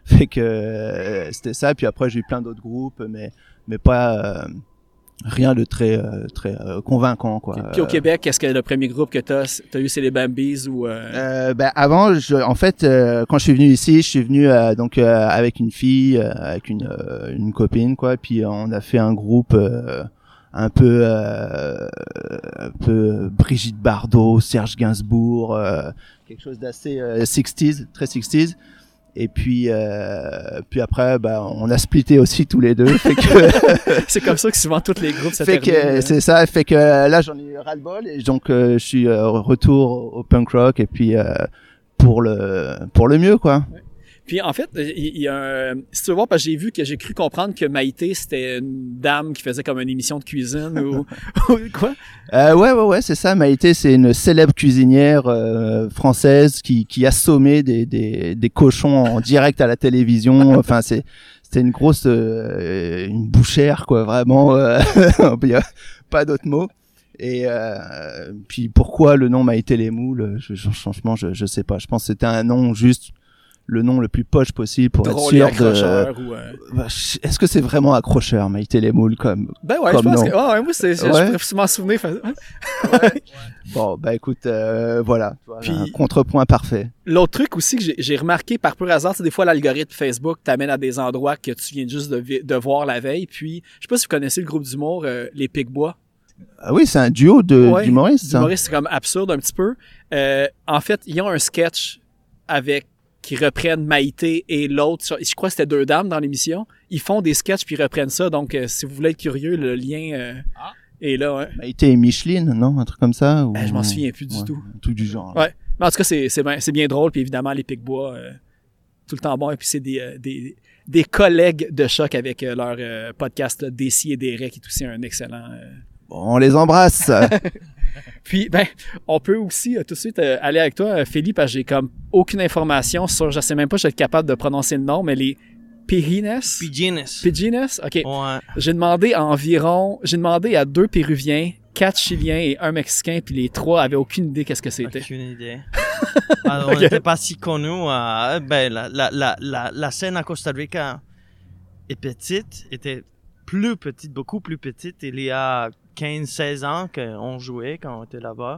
Fait que euh, c'était ça. Puis après, j'ai eu plein d'autres groupes, mais mais pas euh, rien de très euh, très euh, convaincant, quoi. Puis au Québec, est-ce que le premier groupe que t'as, t'as eu, c'est les Bambies ou euh... Euh, ben avant, je, en fait, euh, quand je suis venu ici, je suis venu euh, donc euh, avec une fille, euh, avec une euh, une copine, quoi. Puis on a fait un groupe euh, un peu euh, un peu Brigitte Bardot, Serge Gainsbourg, euh, quelque chose d'assez euh, sixties, très sixties. Et puis euh, puis après, bah, on a splitté aussi tous les deux. Fait que c'est comme ça que souvent tous les groupes se fait terminent. que c'est ça. Fait que là, j'en ai eu ras-le-bol et donc euh, je suis euh, retour au punk rock et puis euh, pour le pour le mieux, quoi. Ouais. Puis en fait, il y a un... si tu veux voir, parce que j'ai vu que j'ai cru comprendre que Maïté, c'était une dame qui faisait comme une émission de cuisine ou, ou quoi? Euh, ouais, ouais, ouais, c'est ça. Maïté, c'est une célèbre cuisinière euh, française qui, qui assommait des, des, des cochons en direct à la télévision. Enfin, c'est, c'était une grosse, euh, une bouchère, quoi, vraiment. Euh, il y a pas d'autre mot. Et euh, puis pourquoi le nom Maïté les moules? Je, je, franchement, je, je sais pas. Je pense que c'était un nom juste. Le nom le plus poche possible pour drôle être sûr de. Ou euh... Est-ce que c'est vraiment accrocheur, Maïté les moules comme. Ben ouais, comme je pense nom. que. Oh, ouais, moi, c'est, ouais. je pourrais m'en souvenir. Ouais. Bon, bah écoute, euh, voilà. Puis, un contrepoint parfait. L'autre truc aussi que j'ai, j'ai remarqué par pur hasard, c'est des fois l'algorithme Facebook t'amène à des endroits que tu viens juste de, de voir la veille. Puis, je sais pas si vous connaissez le groupe d'humour, euh, les Picbois. Ah oui, c'est un duo de ouais, d'humoristes. D'humoristes, c'est comme absurde un petit peu. Euh, en fait, ils ont un sketch avec qui reprennent Maïté et l'autre. Je crois que c'était deux dames dans l'émission. Ils font des sketchs puis ils reprennent ça. Donc, euh, si vous voulez être curieux, le lien euh, ah. est là. Ouais. Maïté et Micheline, non? Un truc comme ça? Ou... Euh, je m'en souviens plus du ouais, tout. Un truc du genre. Ouais. Mais en tout cas, c'est, c'est, bien, c'est bien drôle. Puis évidemment, les Picbois, euh, tout le temps bon. Et puis c'est des, euh, des, des collègues de choc avec euh, leur euh, podcast Décis et Desraies, qui est aussi un excellent... Euh... Bon, on les embrasse. Puis, ben, on peut aussi euh, tout de suite euh, aller avec toi, euh, Philippe, parce que j'ai comme aucune information sur, je sais même pas si je vais être capable de prononcer le nom, mais les Pijines. Pijines. Pijines, ok. Ouais. J'ai demandé à environ, j'ai demandé à deux Péruviens, quatre Chiliens et un Mexicain, puis les trois avaient aucune idée qu'est-ce que c'était. Aucune idée. Alors, on n'était pas si connus. Euh, ben, la, la, la, la, la scène à Costa Rica est petite, était plus petite, beaucoup plus petite. Il y a quinze seize ans qu'on jouait quand on était là-bas.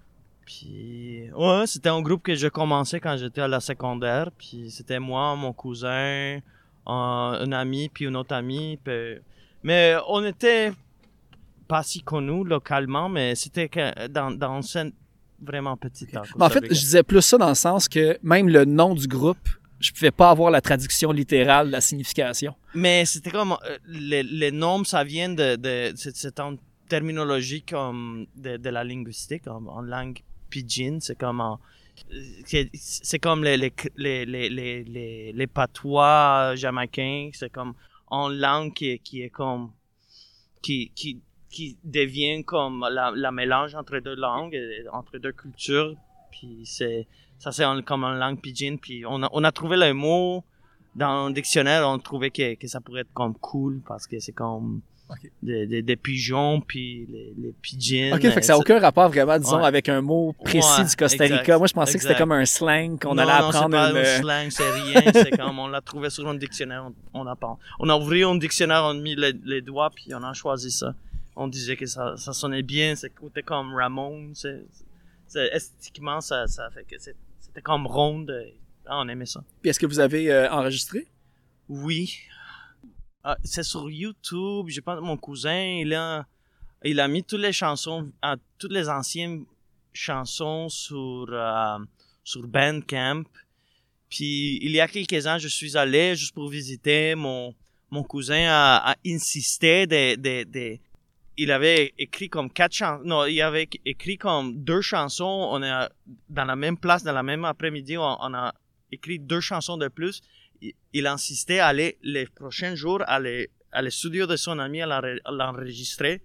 Puis, ouais, c'était un groupe que je commençais quand j'étais à la secondaire. Puis, c'était moi, mon cousin, un, un ami, puis un autre ami. Puis, mais on était pas si connus localement, mais c'était que dans, dans une scène vraiment petite. Okay. En fait, je disais plus ça dans le sens que même le nom du groupe, je pouvais pas avoir la traduction littérale de la signification. Mais c'était comme euh, les, les noms, ça vient de, de c'est, c'est une terminologie comme de, de la linguistique en, en langue pidgin, c'est comme en, c'est, c'est comme les les les les les les, les patois jamaïcains, c'est comme en langue qui qui est comme qui qui qui devient comme la, la mélange entre deux langues, entre deux cultures, puis c'est ça c'est en, comme en langue pidgin, puis on a on a trouvé le mot dans le dictionnaire, on trouvait que que ça pourrait être comme cool parce que c'est comme okay. des, des, des pigeons puis les, les pigeons. Ok, fait que ça n'a aucun rapport vraiment, disons, ouais. avec un mot précis ouais, du Costa Rica. Exact, Moi, je pensais exact. que c'était comme un slang qu'on non, allait apprendre. Non, c'est pas une... un slang, c'est rien. C'est comme on l'a trouvé sur un dictionnaire, on, on apprend. On a ouvert un dictionnaire, on a mis les, les doigts puis on a choisi ça. On disait que ça, ça sonnait bien, c'était comme Ramon, c'est, c'est esthétiquement ça, ça fait que c'est, c'était comme ronde. Ah, on aimait ça. Puis est-ce que vous avez euh, enregistré? Oui. Ah, c'est sur YouTube. Je pense mon cousin, il a, il a mis toutes les chansons, euh, toutes les anciennes chansons sur euh, sur Bandcamp. Puis il y a quelques ans, je suis allé juste pour visiter. Mon mon cousin a, a insisté de de de il avait écrit comme quatre chansons. Non, il avait écrit comme deux chansons. On est dans la même place, dans la même après-midi. On, on a écrit deux chansons de plus. Il, il insistait à aller les prochains jours à, les, à le studio de son ami à, la, à l'enregistrer.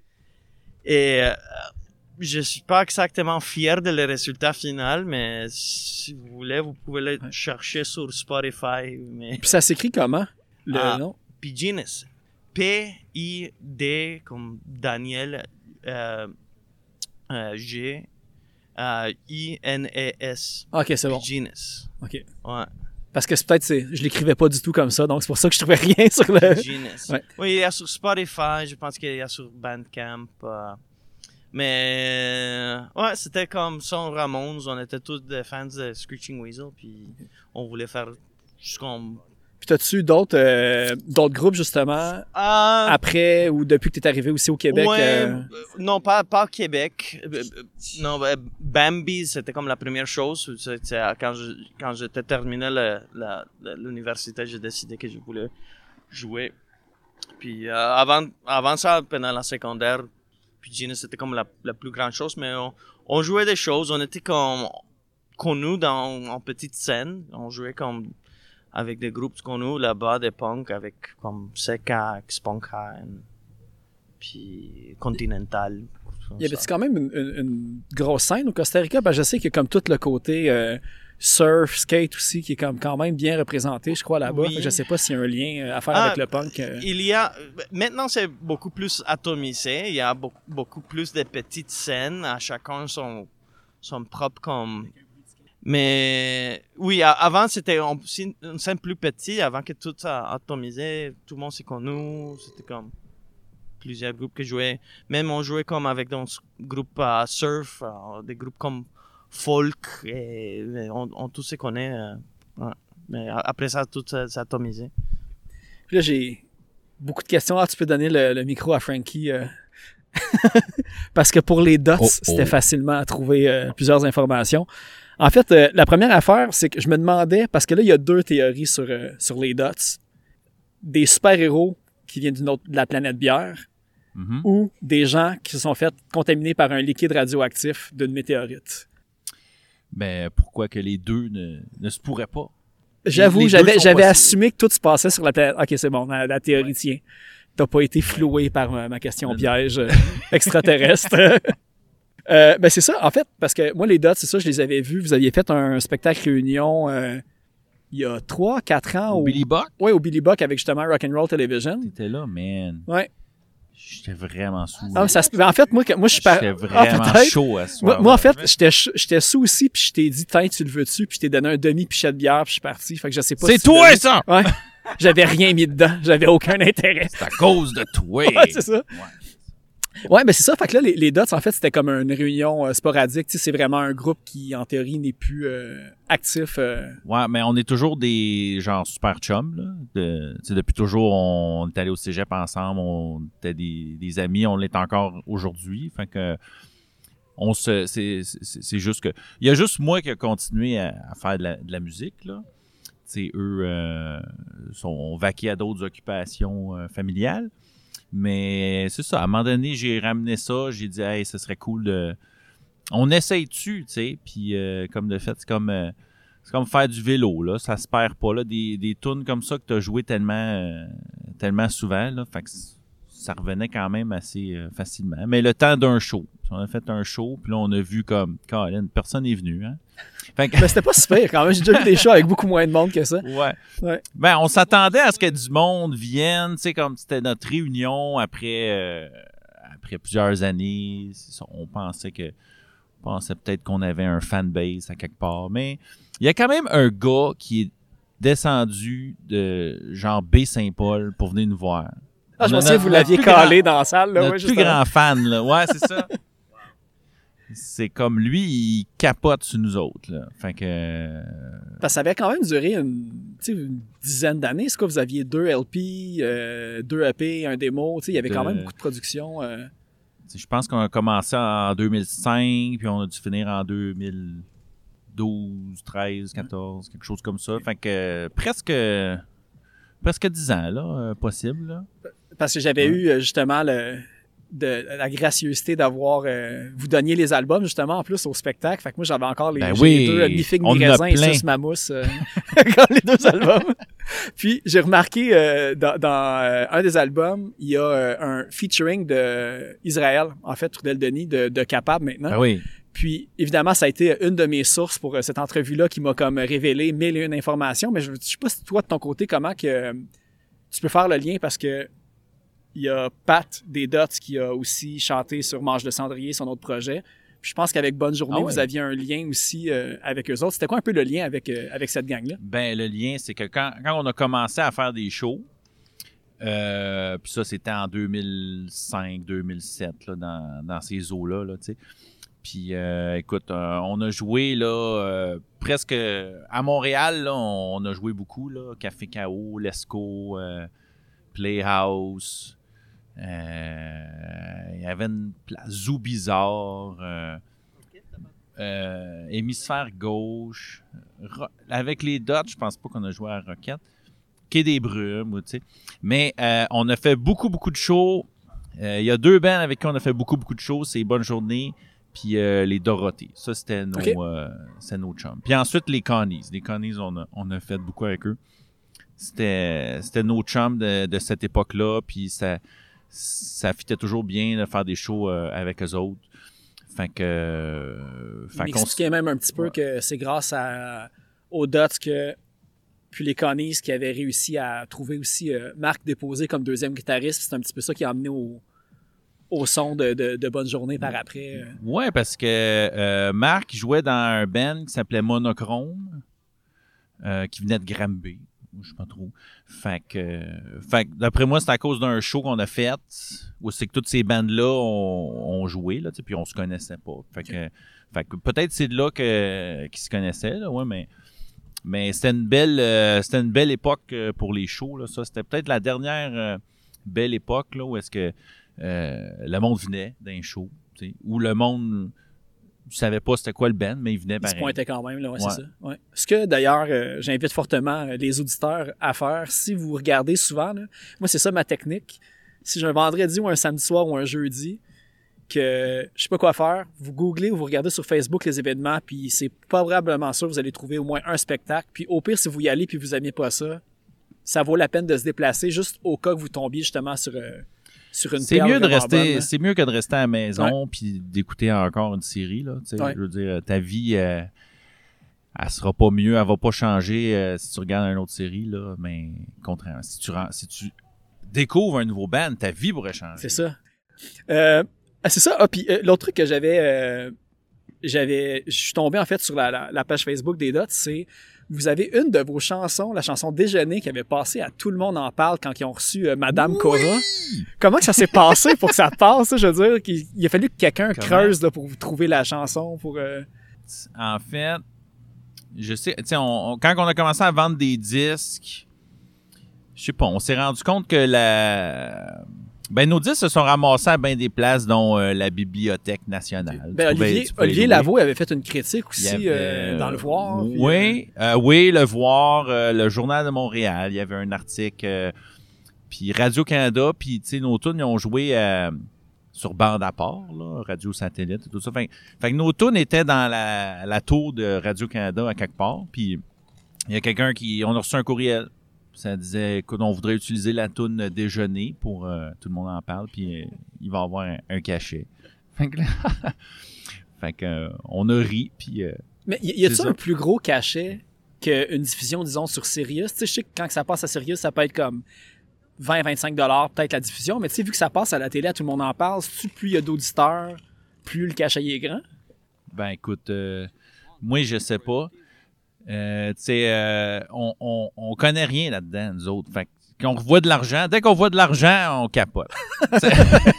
Et euh, je suis pas exactement fier de le résultat final, mais si vous voulez, vous pouvez le ouais. chercher sur Spotify. Mais... Puis ça s'écrit comment, le ah, nom? Pijines. P I D comme Daniel euh, euh, G euh, I N E S. Ok, c'est bon. Pijines. Ok. Ouais. Parce que c'est peut-être, c'est, je l'écrivais pas du tout comme ça, donc c'est pour ça que je trouvais rien sur le... Genius. Ouais. Oui, il y a sur Spotify, je pense qu'il y a sur Bandcamp. Euh, mais, euh, ouais, c'était comme Son Ramones, on était tous des fans de Screeching Weasel, puis on voulait faire juste comme... Puis t'as-tu d'autres, euh, d'autres groupes, justement, Euh, après ou depuis que t'es arrivé aussi au Québec? ouais, euh, euh, non, pas, pas au Québec. Euh, euh, Non, euh, Bambi, c'était comme la première chose. C'était quand je, quand j'étais terminé le- la- la- l'université, j'ai décidé que je voulais jouer. Puis euh, avant, avant ça, pendant la secondaire, puis Genius, c'était comme la, la plus grande chose, mais on, on jouait des choses. On était comme connus dans, en petite scène. On jouait comme avec des groupes connus là-bas, des punks, avec comme Seka, Spunkheim, puis Continental. Il y avait quand même une, une, une grosse scène au Costa Rica? Ben, je sais qu'il y a comme tout le côté euh, surf, skate aussi, qui est comme quand même bien représenté, je crois, là-bas. Oui. Fait que je sais pas s'il y a un lien euh, à faire Ah, avec le punk. euh. Il y a maintenant c'est beaucoup plus atomisé. Il y a beaucoup, beaucoup plus de petites scènes. À chacun son son propre comme. Mais oui, a- avant c'était un- c'est une scène plus petite. Avant que tout ça atomisé, tout le monde s'est connu. C'était comme plusieurs groupes qui jouaient. Même on jouait comme avec des groupes à surf, euh, des groupes comme folk. Et, et on, on tous se connaît. euh, ouais. Mais a- après ça, tout s'est s'est atomisé. Puis là, j'ai beaucoup de questions. Ah, tu peux donner le, le micro à Frankie. euh. Parce que pour les dots, Oh, oh. c'était facilement à trouver euh, plusieurs informations. En fait, euh, la première affaire, c'est que je me demandais, parce que là, il y a deux théories sur, euh, sur les dots. Des super-héros qui viennent d'une autre, de la planète bière, Mhm. ou des gens qui se sont fait contaminer par un liquide radioactif d'une météorite. Ben, pourquoi que les deux ne, ne se pourraient pas? J'avoue, les deux j'avais, sont j'avais possibles. assumé que tout se passait sur la planète. Ok, c'est bon, la, la théorie tient. T'as pas été floué par ma, ma question Non. piège euh, extraterrestre. euh, ben c'est ça, en fait, parce que moi, les dots, c'est ça, je les avais vus. Vous aviez fait un spectacle réunion euh, il y a trois, quatre ans. Au Billy Buck, Ouais, au Billy Buck avec justement Rock'n'Roll Television. t'étais là, man. Ouais. J'étais vraiment sous. Ah, mais ça se- ben, en fait, moi, que- moi je suis pas. J'étais vraiment peut-être. chaud à ce Moi, soir. moi, en fait, j'étais, ch- j'étais sous aussi, puis je t'ai dit, tiens, tu le veux-tu, puis je t'ai donné un demi-pichet de bière, puis je suis parti. Fait que je sais pas C'est si tu toi, l'as vu. ça! Ouais. J'avais rien mis dedans. J'avais aucun intérêt. C'est à cause de toi! Ouais, c'est ça. Ouais, ben c'est ça. Fait que là, les, les Dots, en fait, c'était comme une réunion euh, sporadique. Tu sais, c'est vraiment un groupe qui, en théorie, n'est plus euh, actif. euh. Ouais, mais on est toujours des genre super chums, là. De, tu sais, depuis toujours, on est allé au cégep ensemble, on était des, des amis, on l'est encore aujourd'hui. Fait que, on se, c'est, c'est, c'est juste que, il y a juste moi qui a continué à, à faire de la, de la musique, là. Tu sais, eux, euh, sont vaqués à d'autres occupations euh, familiales. Mais c'est ça, à un moment donné, j'ai ramené ça, j'ai dit, hey, ce serait cool de. On essaye-tu, tu sais, puis euh, comme de fait, c'est comme. euh, C'est comme faire du vélo, là. Ça se perd pas, là. Des, des tunes comme ça que t'as joué tellement, euh, tellement souvent, là. Fait que c- ça revenait quand même assez euh, facilement. Mais le temps d'un show. On a fait un show, puis là, on a vu comme, Colin, personne n'est venu, hein. Fait que, Ben, c'était pas super quand même. J'ai déjà vu des shows avec beaucoup moins de monde que ça. ouais. Ouais. Ben, on s'attendait à ce que du monde vienne, tu sais, comme c'était notre réunion après, euh, après plusieurs années. C'est ça, on pensait que, on pensait peut-être qu'on avait un fanbase à quelque part. Mais il y a quand même un gars qui est descendu de genre Baie-Saint-Paul pour venir nous voir. Ah, je On me a souviens, notre- vous l'aviez notre plus calé grand- dans la salle. Là, Notre ouais, plus justement. grand fan, là. Ouais, c'est ça. C'est comme lui, il capote sur nous autres, là. Fait que. euh, Parce que ça avait quand même duré une, tu sais, une dizaine d'années. C'est quoi, vous aviez deux L P, euh, deux E P, un démo. Tu sais, il y avait quand De- même beaucoup de production. euh. T'sais, je pense qu'on a commencé en deux mille cinq, puis on a dû finir en deux mille douze, treize, quatorze, quelque chose comme ça. Fait que euh, presque presque dix ans, là, euh, possible. Là. Parce que j'avais Ouais. eu euh, justement le, de, la gracieuseté d'avoir... euh, vous donniez les albums justement en plus au spectacle. Fait que moi j'avais encore les, Ben j'ai oui, les deux euh, Mi Figue on Mi en a Raisin et plein. Sus Mamousse. euh, quand les deux albums. Puis j'ai remarqué euh, dans, dans euh, un des albums, il y a euh, un featuring de Israël, en fait, Trudel Denis, de, de Capable maintenant. Ben oui. Puis, évidemment, ça a été une de mes sources pour euh, cette entrevue-là qui m'a comme révélé mille et une informations. Mais je ne sais pas si toi, de ton côté, comment que euh, tu peux faire le lien parce que il y a Pat des Dots qui a aussi chanté sur Mange de Cendrier, son autre projet. Puis je pense qu'avec Bonne Journée, Ah ouais. vous aviez un lien aussi euh, avec eux autres. C'était quoi un peu le lien avec, euh, avec cette gang-là? Ben, le lien, c'est que quand, quand on a commencé à faire des shows, euh, puis ça, c'était en deux mille cinq, deux mille sept, là, dans, dans ces eaux-là, là, tu sais. Puis, euh, écoute, euh, on a joué, là, euh, presque... À Montréal, là, on, on a joué beaucoup, là. Café K O, Lesco, euh, Playhouse. Euh, Il y avait une place Zoo Bizarre. Euh, euh, Hémisphère Gauche. Ro- avec les Dots, je pense pas qu'on a joué à Roquette. Quai des Brumes, tu sais. Mais euh, on a fait beaucoup, beaucoup de shows. Euh, Il y a deux bands avec qui on a fait beaucoup, beaucoup de shows. C'est Bonne Journée puis euh, les Dorothées. Ça, c'était nos, Okay. euh, c'était nos chums. Puis ensuite, les Connies. Les Connies, on a, on a fait beaucoup avec eux. C'était, c'était nos chums de, de cette époque-là. Puis ça, ça fitait toujours bien de faire des shows euh, avec eux autres. Fait que... Euh, fait Il qu'on m'expliquait même un petit peu que c'est grâce à, aux Dots que... Puis les Connies qui avaient réussi à trouver aussi euh, Marc Déposé comme deuxième guitariste. C'est un petit peu ça qui a amené au, au son de, de, de Bonne Journée par après. euh. Ouais, parce que euh, Marc jouait dans un band qui s'appelait Monochrome, euh, qui venait de Granby, je sais pas trop. Fait que, euh, fait que d'après moi, c'est à cause d'un show qu'on a fait, où c'est que toutes ces bandes-là ont, ont joué, là, tu sais, puis on se connaissait pas. Fait que, fait que peut-être c'est de là que, qu'ils se connaissaient, là, ouais, mais... Mais c'était une belle, euh, c'était une belle époque euh, pour les shows. Là, ça, c'était peut-être la dernière euh, belle époque là, où est-ce que euh, le monde venait d'un show, tu sais, où le monde ne savait pas c'était quoi le band, mais il venait Il se pareil. pointait quand même, là, ouais, Ouais. c'est ça. Ouais. Ce que, d'ailleurs, euh, j'invite fortement euh, les auditeurs à faire, si vous regardez souvent, là, moi, c'est ça ma technique. Si j'ai un vendredi ou un samedi soir ou un jeudi, que je sais pas quoi faire, vous googlez ou vous regardez sur Facebook les événements, puis c'est probablement sûr que vous allez trouver au moins un spectacle. Puis au pire, si vous y allez puis vous aimez pas ça, ça vaut la peine de se déplacer juste au cas que vous tombiez justement sur, euh, sur une C'est perle mieux de vraiment rester, bonne, là. c'est mieux que de rester à la maison puis d'écouter encore une série là. Tu sais, Ouais. je veux dire, ta vie, euh, elle sera pas mieux, elle va pas changer euh, si tu regardes une autre série là. Mais contrairement, si tu ren- si tu découvres un nouveau band, ta vie pourrait changer. C'est ça. Euh, ah, c'est ça. Ah, puis euh, l'autre truc que j'avais, euh, j'avais, je suis tombé en fait sur la, la, la page Facebook des Dots, c'est vous avez une de vos chansons, la chanson Déjeuner, qui avait passé à Tout le monde en parle quand ils ont reçu euh, Madame Oui! Cora. Comment que ça s'est passé pour que ça passe, je veux dire, qu'il il a fallu que quelqu'un Comment? creuse là, pour vous trouver la chanson, pour. Euh... En fait, je sais, tu sais, on, on- quand on a commencé à vendre des disques, je sais pas, on s'est rendu compte que la... Ben, nos disques se sont ramassés à bien des places, dont euh, la Bibliothèque nationale. Ben, Tu pouvais- Olivier, tu pouvais Olivier louer. Lavaux avait fait une critique Il y aussi avait, euh, dans Le Voir. puis, Oui, euh, oui, Le Voir, euh, le Journal de Montréal, il y avait un article, euh, puis Radio-Canada, puis tu sais, nos tunes, ils ont joué euh, sur bande à part, là, Radio Satellite et tout ça. Fait, fait que nos tunes étaient dans la, la tour de Radio-Canada à quelque part, puis il y a quelqu'un qui... On a reçu un courriel. Ça disait, écoute, on voudrait utiliser la toune Déjeuner pour... euh, tout le monde en parle, puis euh, il va avoir un, un cachet. Fait que, là, fait que euh, on a ri, puis... euh, Mais y, y a-t-il C'est ça. un plus gros cachet qu'une diffusion, disons, sur Sirius? Tu sais, je sais que quand ça passe à Sirius, ça peut être comme vingt à vingt-cinq dollars peut-être la diffusion, mais tu sais, vu que ça passe à la télé, à tout le monde en parle, si plus il y a d'auditeurs, plus le cachet est grand? Ben écoute, euh, moi je sais pas. Euh, tu sais, euh, on, on, on connaît rien là-dedans, nous autres. Fait que quand on voit de l'argent, dès qu'on voit de l'argent, on capote. C'est-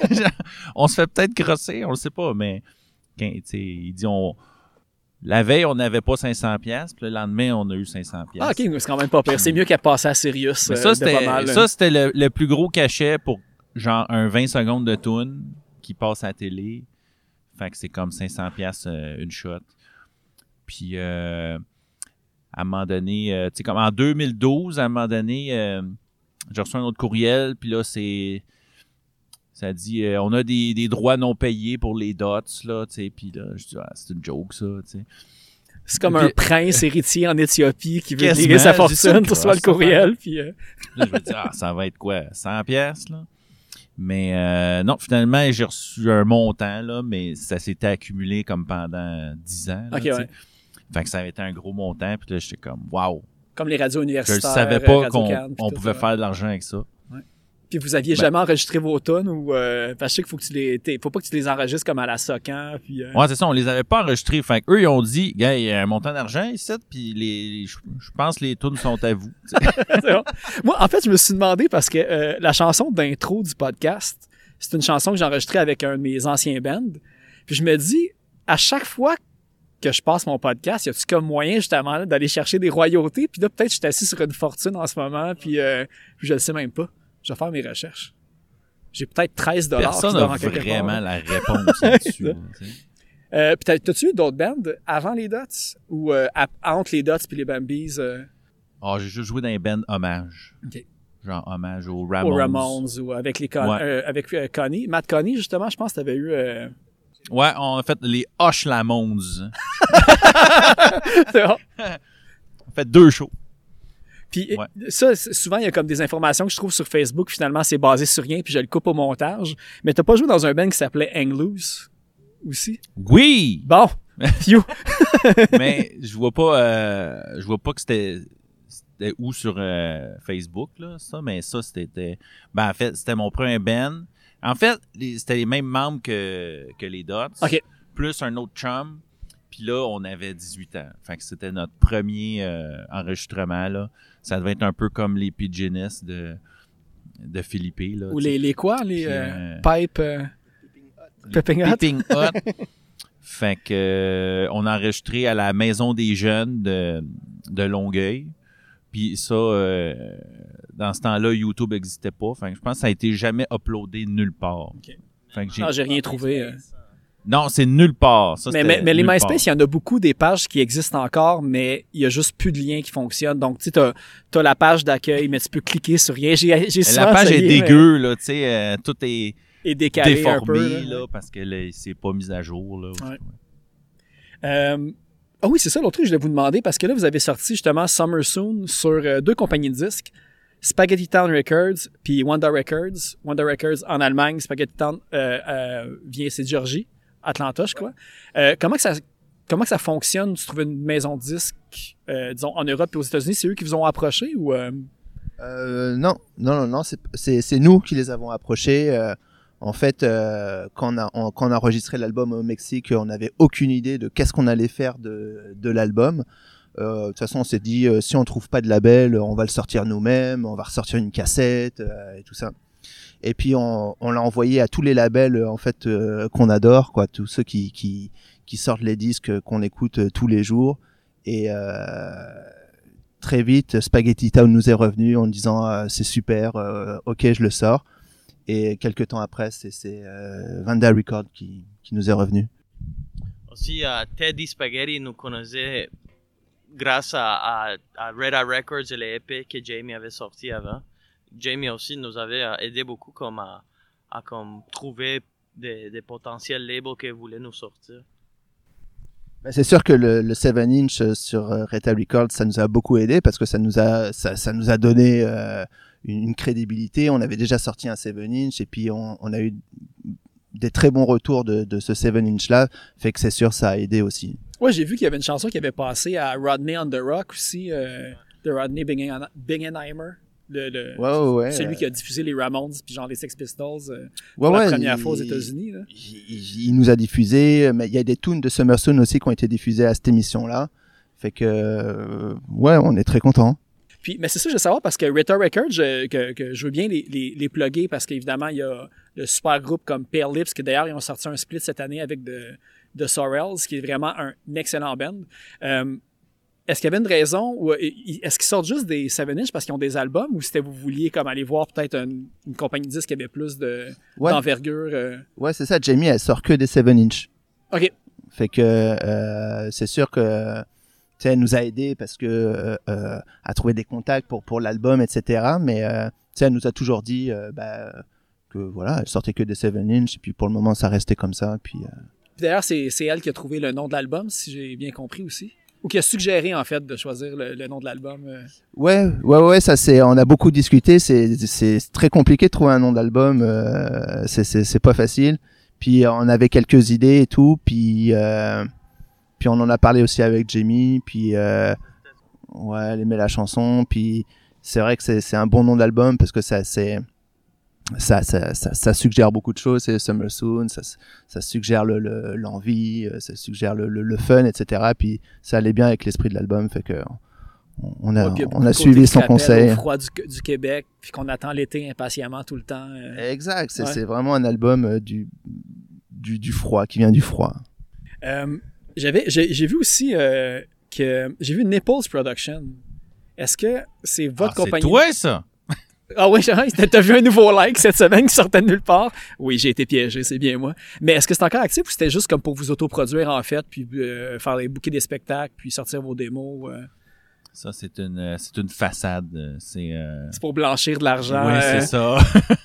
on se fait peut-être crosser, on le sait pas, mais quand, tu sais, il dit on. La veille, on n'avait pas cinq cents piastres, puis le lendemain, on a eu cinq cents piastres. Ah, ok, c'est quand même pas pire. C'est mieux qu'à passer à Sirius. Mais euh, ça, de c'était, pas mal, ça, c'était le, le plus gros cachet pour genre un vingt secondes de tune qui passe à la télé. Fait que c'est comme cinq cents piastres euh, une shot. Puis, euh, à un moment donné, euh, tu sais, comme en deux mille douze, à un moment donné, euh, j'ai reçu un autre courriel, puis là, c'est... Ça dit, euh, on a des, des droits non payés pour les dots, là, tu sais. Puis là, je dis, ah, c'est une joke, ça, tu sais. C'est comme Puis- un prince héritier en Éthiopie qui veut Quasiment, léguer sa j'ai ça, fortune, reçoit le ça, courriel, puis... euh, Là, je me dis, ah, ça va être quoi, cent piastres, là? Mais euh, non, finalement, j'ai reçu un montant, là, mais ça s'était accumulé comme pendant dix ans. Là, Ok, tu sais. ouais. Fait que ça avait été un gros montant, puis là, j'étais comme, wow! Comme les radios Je ne universitaires. savais euh, pas Radio qu'on Cannes, puis on tout, pouvait ouais. faire de l'argent avec ça. Puis vous aviez ben, jamais enregistré vos tunes ou euh, parce que je sais qu'il faut que tu les t'es, faut pas que tu les enregistres comme à la Socan puis euh... Ouais, c'est ça, on les avait pas enregistrés. Fait eux ils ont dit gars, il y a un montant d'argent ici puis les je, je pense que les tunes sont à vous. Bon. Moi en fait, je me suis demandé parce que euh, la chanson d'intro du podcast, c'est une chanson que j'ai enregistrée avec un de mes anciens bands. Puis je me dis à chaque fois que je passe mon podcast, y a-tu comme moyen justement là, d'aller chercher des royautés puis là peut-être je suis assis sur une fortune en ce moment puis, euh, puis je le sais même pas. Je vais faire mes recherches. J'ai peut-être treize dollars. Personne n'a vraiment la réponse là-dessus. Là, euh, puis t'as-tu eu d'autres bands avant les Dots? Ou euh, à, entre les Dots et les Bambies? Euh... Oh, j'ai juste joué dans les bands hommage. Okay. Genre hommage aux Ramones. Aux Ramones ou avec les Con- ouais. euh, avec euh, Connie. Matt Connie, justement, je pense que t'avais eu... Euh... Ouais, on a fait les Hush Lamones. C'est bon. On a fait deux shows. Puis ouais. ça, souvent, il y a comme des informations que je trouve sur Facebook. Finalement, c'est basé sur rien, puis je le coupe au montage. Mais t'as pas joué dans un band qui s'appelait Hang Loose aussi? Oui! Bon! Phew! Mais je vois pas euh, je vois pas que c'était c'était où sur euh, Facebook, là, ça. Mais ça, c'était... Ben, en fait, c'était mon premier band. En fait, les, c'était les mêmes membres que, que les Dots. OK. Plus un autre chum. Puis là, on avait dix-huit ans. Fait que c'était notre premier euh, enregistrement, là. Ça devait être un peu comme les Pigeonistes de, de Philippe, là. Ou les, les quoi? Les Puis, euh, pipes... Euh, Peeping Hot. Peeping Hot. Fait que euh, on a enregistré à la Maison des Jeunes de, de Longueuil. Puis ça, euh, dans ce temps-là, YouTube n'existait pas. Fait que je pense que ça a été jamais uploadé nulle part. Okay. Fait que j'ai... Non, j'ai rien trouvé... Euh... Non, c'est nulle part. Ça, mais, mais, mais les MySpace, il y en a beaucoup des pages qui existent encore, mais il y a juste plus de liens qui fonctionnent. Donc, tu sais, t'as, t'as la page d'accueil, mais tu peux cliquer sur rien. J'ai, j'ai la page essayé, est dégueu, mais... là, tu sais, euh, tout est, est décalé déformé, un peu, là, là, parce que là, c'est pas mis à jour, là. Ouais. Euh, ah oui, c'est ça, l'autre truc que je voulais vous demander, parce que là, vous avez sorti justement Summer Soon sur euh, deux compagnies de disques, Spaghetti Town Records puis Wanda Records. Wanda Records en Allemagne, Spaghetti Town euh, euh, vient, c'est de Georgie. Atlanta, je crois. Euh, comment que ça comment que ça fonctionne? Tu trouves une maison de disques, euh, disons, en Europe et aux États-Unis, c'est eux qui vous ont approché ou euh... Euh, non, non, non, non, c'est, c'est, c'est nous qui les avons approchés. Euh, en fait, euh, quand on a on, quand on a enregistré l'album au Mexique, on n'avait aucune idée de qu'est-ce qu'on allait faire de de l'album. Euh, de toute façon, on s'est dit euh, si on trouve pas de label, on va le sortir nous-mêmes, on va ressortir une cassette euh, et tout ça. Et puis on, on l'a envoyé à tous les labels en fait euh, qu'on adore, quoi, tous ceux qui qui qui sortent les disques qu'on écoute euh, tous les jours. Et euh, très vite, Spaghetti Town nous est revenu en disant euh, c'est super, euh, ok, je le sors. Et quelques temps après, c'est c'est euh, Vanda Records qui qui nous est revenu. Aussi, uh, Teddy Spaghetti nous connaissait grâce à, à, à Red Eye Records et les E P que Jamie avait sorti avant. Jamie aussi nous avait aidé beaucoup comme à, à comme trouver des, des potentiels labels qui voulaient nous sortir. Ben c'est sûr que le, le seven inch sur euh, Red Eye Records, ça nous a beaucoup aidé parce que ça nous a ça, ça nous a donné euh, une, une crédibilité. On avait déjà sorti un seven inch et puis on, on a eu des très bons retours de, de ce seven inch là, fait que c'est sûr ça a aidé aussi. Ouais, j'ai vu qu'il y avait une chanson qui avait passé à Rodney on the Rock aussi, euh, de Rodney Bingenheimer. Le, le, ouais, ouais, ouais, celui euh... qui a diffusé les Ramones puis genre les Sex Pistols euh, ouais, pour ouais, la première il, fois aux États-Unis. Là. Il, il, il nous a diffusé, mais il y a des tunes de Summer Soon aussi qui ont été diffusées à cette émission-là. Fait que, euh, ouais, on est très contents. Puis, mais c'est ça, je veux savoir, parce que Rita Records, je, que, que je veux bien les, les, les plugger, parce qu'évidemment, il y a le super groupe comme Pale Lips, qui d'ailleurs, ils ont sorti un split cette année avec de, de Sorrells, qui est vraiment un excellent band. Euh, Est-ce qu'il y avait une raison ou est-ce qu'ils sortent juste des seven inch parce qu'ils ont des albums ou c'était vous vouliez comme aller voir peut-être une, une compagnie de disques qui avait plus de, ouais. d'envergure? Euh... Ouais, c'est ça. Jamie, elle sort que des seven inch. OK. Fait que euh, c'est sûr que tu sais, elle nous a aidé parce que euh, euh, à trouver des contacts pour pour l'album, et cetera. Mais euh, tu sais, elle nous a toujours dit euh, bah, que voilà, elle sortait que des seven inch et puis pour le moment, ça restait comme ça. Puis, euh... puis d'ailleurs, c'est c'est elle qui a trouvé le nom de l'album, si j'ai bien compris aussi. Ou qui a suggéré, en fait, de choisir le, le nom de l'album? Euh... Ouais, ouais, ouais, ça c'est, on a beaucoup discuté, c'est, c'est très compliqué de trouver un nom d'album, euh, c'est, c'est, c'est pas facile. Puis on avait quelques idées et tout, puis, euh, puis on en a parlé aussi avec Jamie, puis, euh, ouais, elle aimait la chanson, puis c'est vrai que c'est, c'est un bon nom d'album parce que ça, c'est, ça, ça, ça, ça suggère beaucoup de choses, c'est Summer Soon, ça, ça suggère le, le, l'envie, ça suggère le, le, le fun, et cetera. Puis ça allait bien avec l'esprit de l'album, fait que on a, ouais, on a suivi son conseil. Au froid du, du Québec, puis qu'on attend l'été impatiemment tout le temps. Euh... Exact, c'est, ouais. c'est vraiment un album euh, du, du, du froid, qui vient du froid. Euh, j'avais, j'ai, j'ai vu aussi euh, que j'ai vu Nipples Production. Est-ce que c'est votre ah, compagnie? C'est toi, ça? Ah oui, t'as vu un nouveau like cette semaine qui sortait de nulle part? Oui, j'ai été piégé, c'est bien moi. Mais est-ce que c'est encore actif ou c'était juste comme pour vous autoproduire en fait, puis euh, faire les booker des spectacles, puis sortir vos démos? Euh... Ça, c'est une, c'est une façade. C'est, euh... c'est pour blanchir de l'argent. Oui, euh... c'est ça.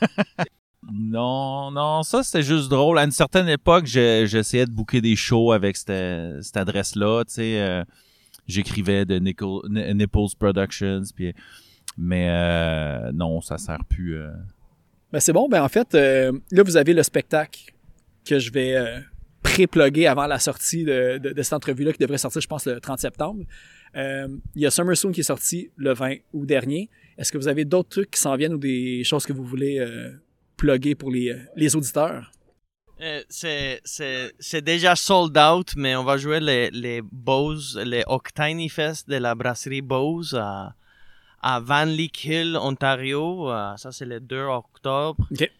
non, non, ça, c'était juste drôle. À une certaine époque, je, j'essayais de booker des shows avec cette, cette adresse-là. Tu sais, euh, j'écrivais de Nickel, Nipples Productions, puis... Mais euh, non, ça sert plus. Euh... Ben c'est bon. Ben en fait, euh, là, vous avez le spectacle que je vais euh, pré-plugger avant la sortie de, de, de cette entrevue-là qui devrait sortir, je pense, le trente septembre. Euh, il y a Summer Soon qui est sorti le vingt août dernier. Est-ce que vous avez d'autres trucs qui s'en viennent ou des choses que vous voulez euh, plugger pour les, les auditeurs? Euh, c'est, c'est, c'est déjà sold out, mais on va jouer les, les Bose, les Octiny Fest de la brasserie Bose à à Van Leek Hill, Ontario. Euh, ça, c'est le deux octobre. OK.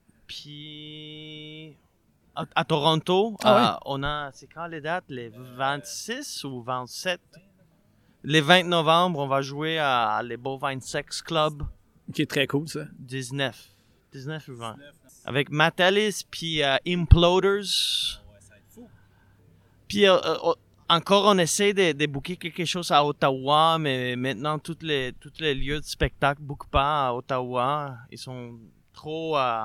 Puis, à, à Toronto, ah, euh, ouais. on a, c'est quand les dates? Les vingt-six ou vingt-sept? Les vingt novembre, on va jouer à, à les Bovine Sex Club. OK, très cool, ça. dix-neuf. dix-neuf ou vingt. Avec Matt Ellis, puis euh, Imploders. Puis, euh, euh, encore, on essaie de, de booker quelque chose à Ottawa, mais maintenant, tous les, tous les lieux de spectacle ne bookent pas à Ottawa. Ils sont trop... Euh...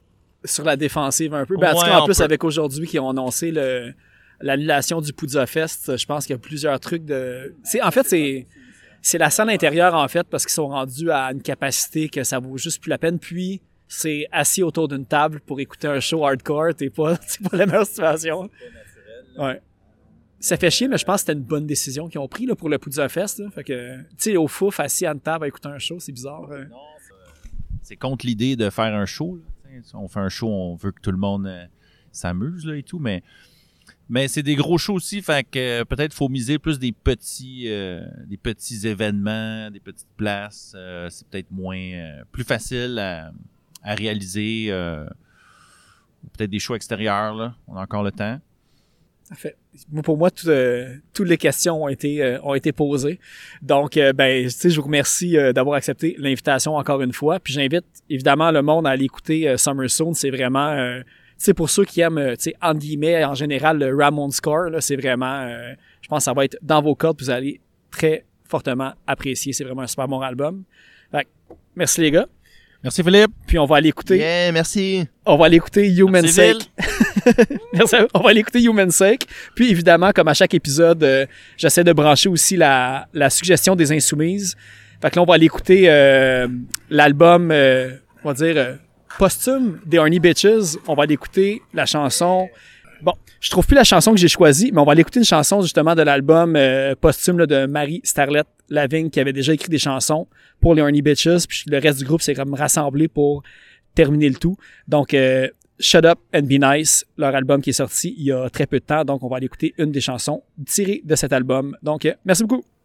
Sur la défensive un peu. Ben, ouais, en, en plus, peut... avec aujourd'hui qui ont annoncé le, l'annulation du Poudza Fest, je pense qu'il y a plusieurs trucs de... C'est, en fait, c'est, c'est la salle intérieure, en fait, parce qu'ils sont rendus à une capacité que ça vaut juste plus la peine. Puis, c'est assis autour d'une table pour écouter un show hardcore. T'es pas, c'est pas la meilleure situation. Ouais. Ça fait chier, mais je pense que c'était une bonne décision qu'ils ont pris là, pour le Poudza Fest. Là. Fait que, tu sais, au fouf, assis à une table à écouter un show, c'est bizarre. Hein. Non, c'est contre l'idée de faire un show. Là. On fait un show, on veut que tout le monde euh, s'amuse là, et tout, mais, mais c'est des gros shows aussi, fait que euh, peut-être qu'il faut miser plus des petits, euh, des petits événements, des petites places. Euh, c'est peut-être moins, euh, plus facile à, à réaliser. Euh, peut-être des shows extérieurs, là. On a encore le temps. Parfait. Pour moi, tout, euh, toutes les questions ont été euh, ont été posées. Donc, euh, ben, tu sais, je vous remercie euh, d'avoir accepté l'invitation encore une fois. Puis j'invite évidemment le monde à aller écouter euh, Summer Soon. C'est vraiment, euh, tu sais, pour ceux qui aiment, tu sais, entre guillemets, en général, le Ramon Score, là, c'est vraiment, euh, je pense que ça va être dans vos cordes. Vous allez très fortement apprécier. C'est vraiment un super bon album. Fait que, merci les gars. Merci Philippe. Puis on va aller écouter. Yeah, merci. On va aller écouter Human Merci, Sake. Merci. On va aller écouter Human Sake. Puis évidemment, comme à chaque épisode, euh, j'essaie de brancher aussi la, la suggestion des Insoumises. Fait que là, on va aller écouter euh, l'album, euh, on va dire, euh, posthume des Horny Bitches. On va aller écouter la chanson. Bon, je trouve plus la chanson que j'ai choisie, mais on va aller écouter une chanson justement de l'album euh, posthume là, de Marie Starlet Lavigne qui avait déjà écrit des chansons pour les Horny Bitches. Puis le reste du groupe s'est comme rassemblé pour terminer le tout. Donc, euh, Shut Up and Be Nice, leur album qui est sorti il y a très peu de temps. Donc, on va aller écouter une des chansons tirées de cet album. Donc, euh, merci beaucoup.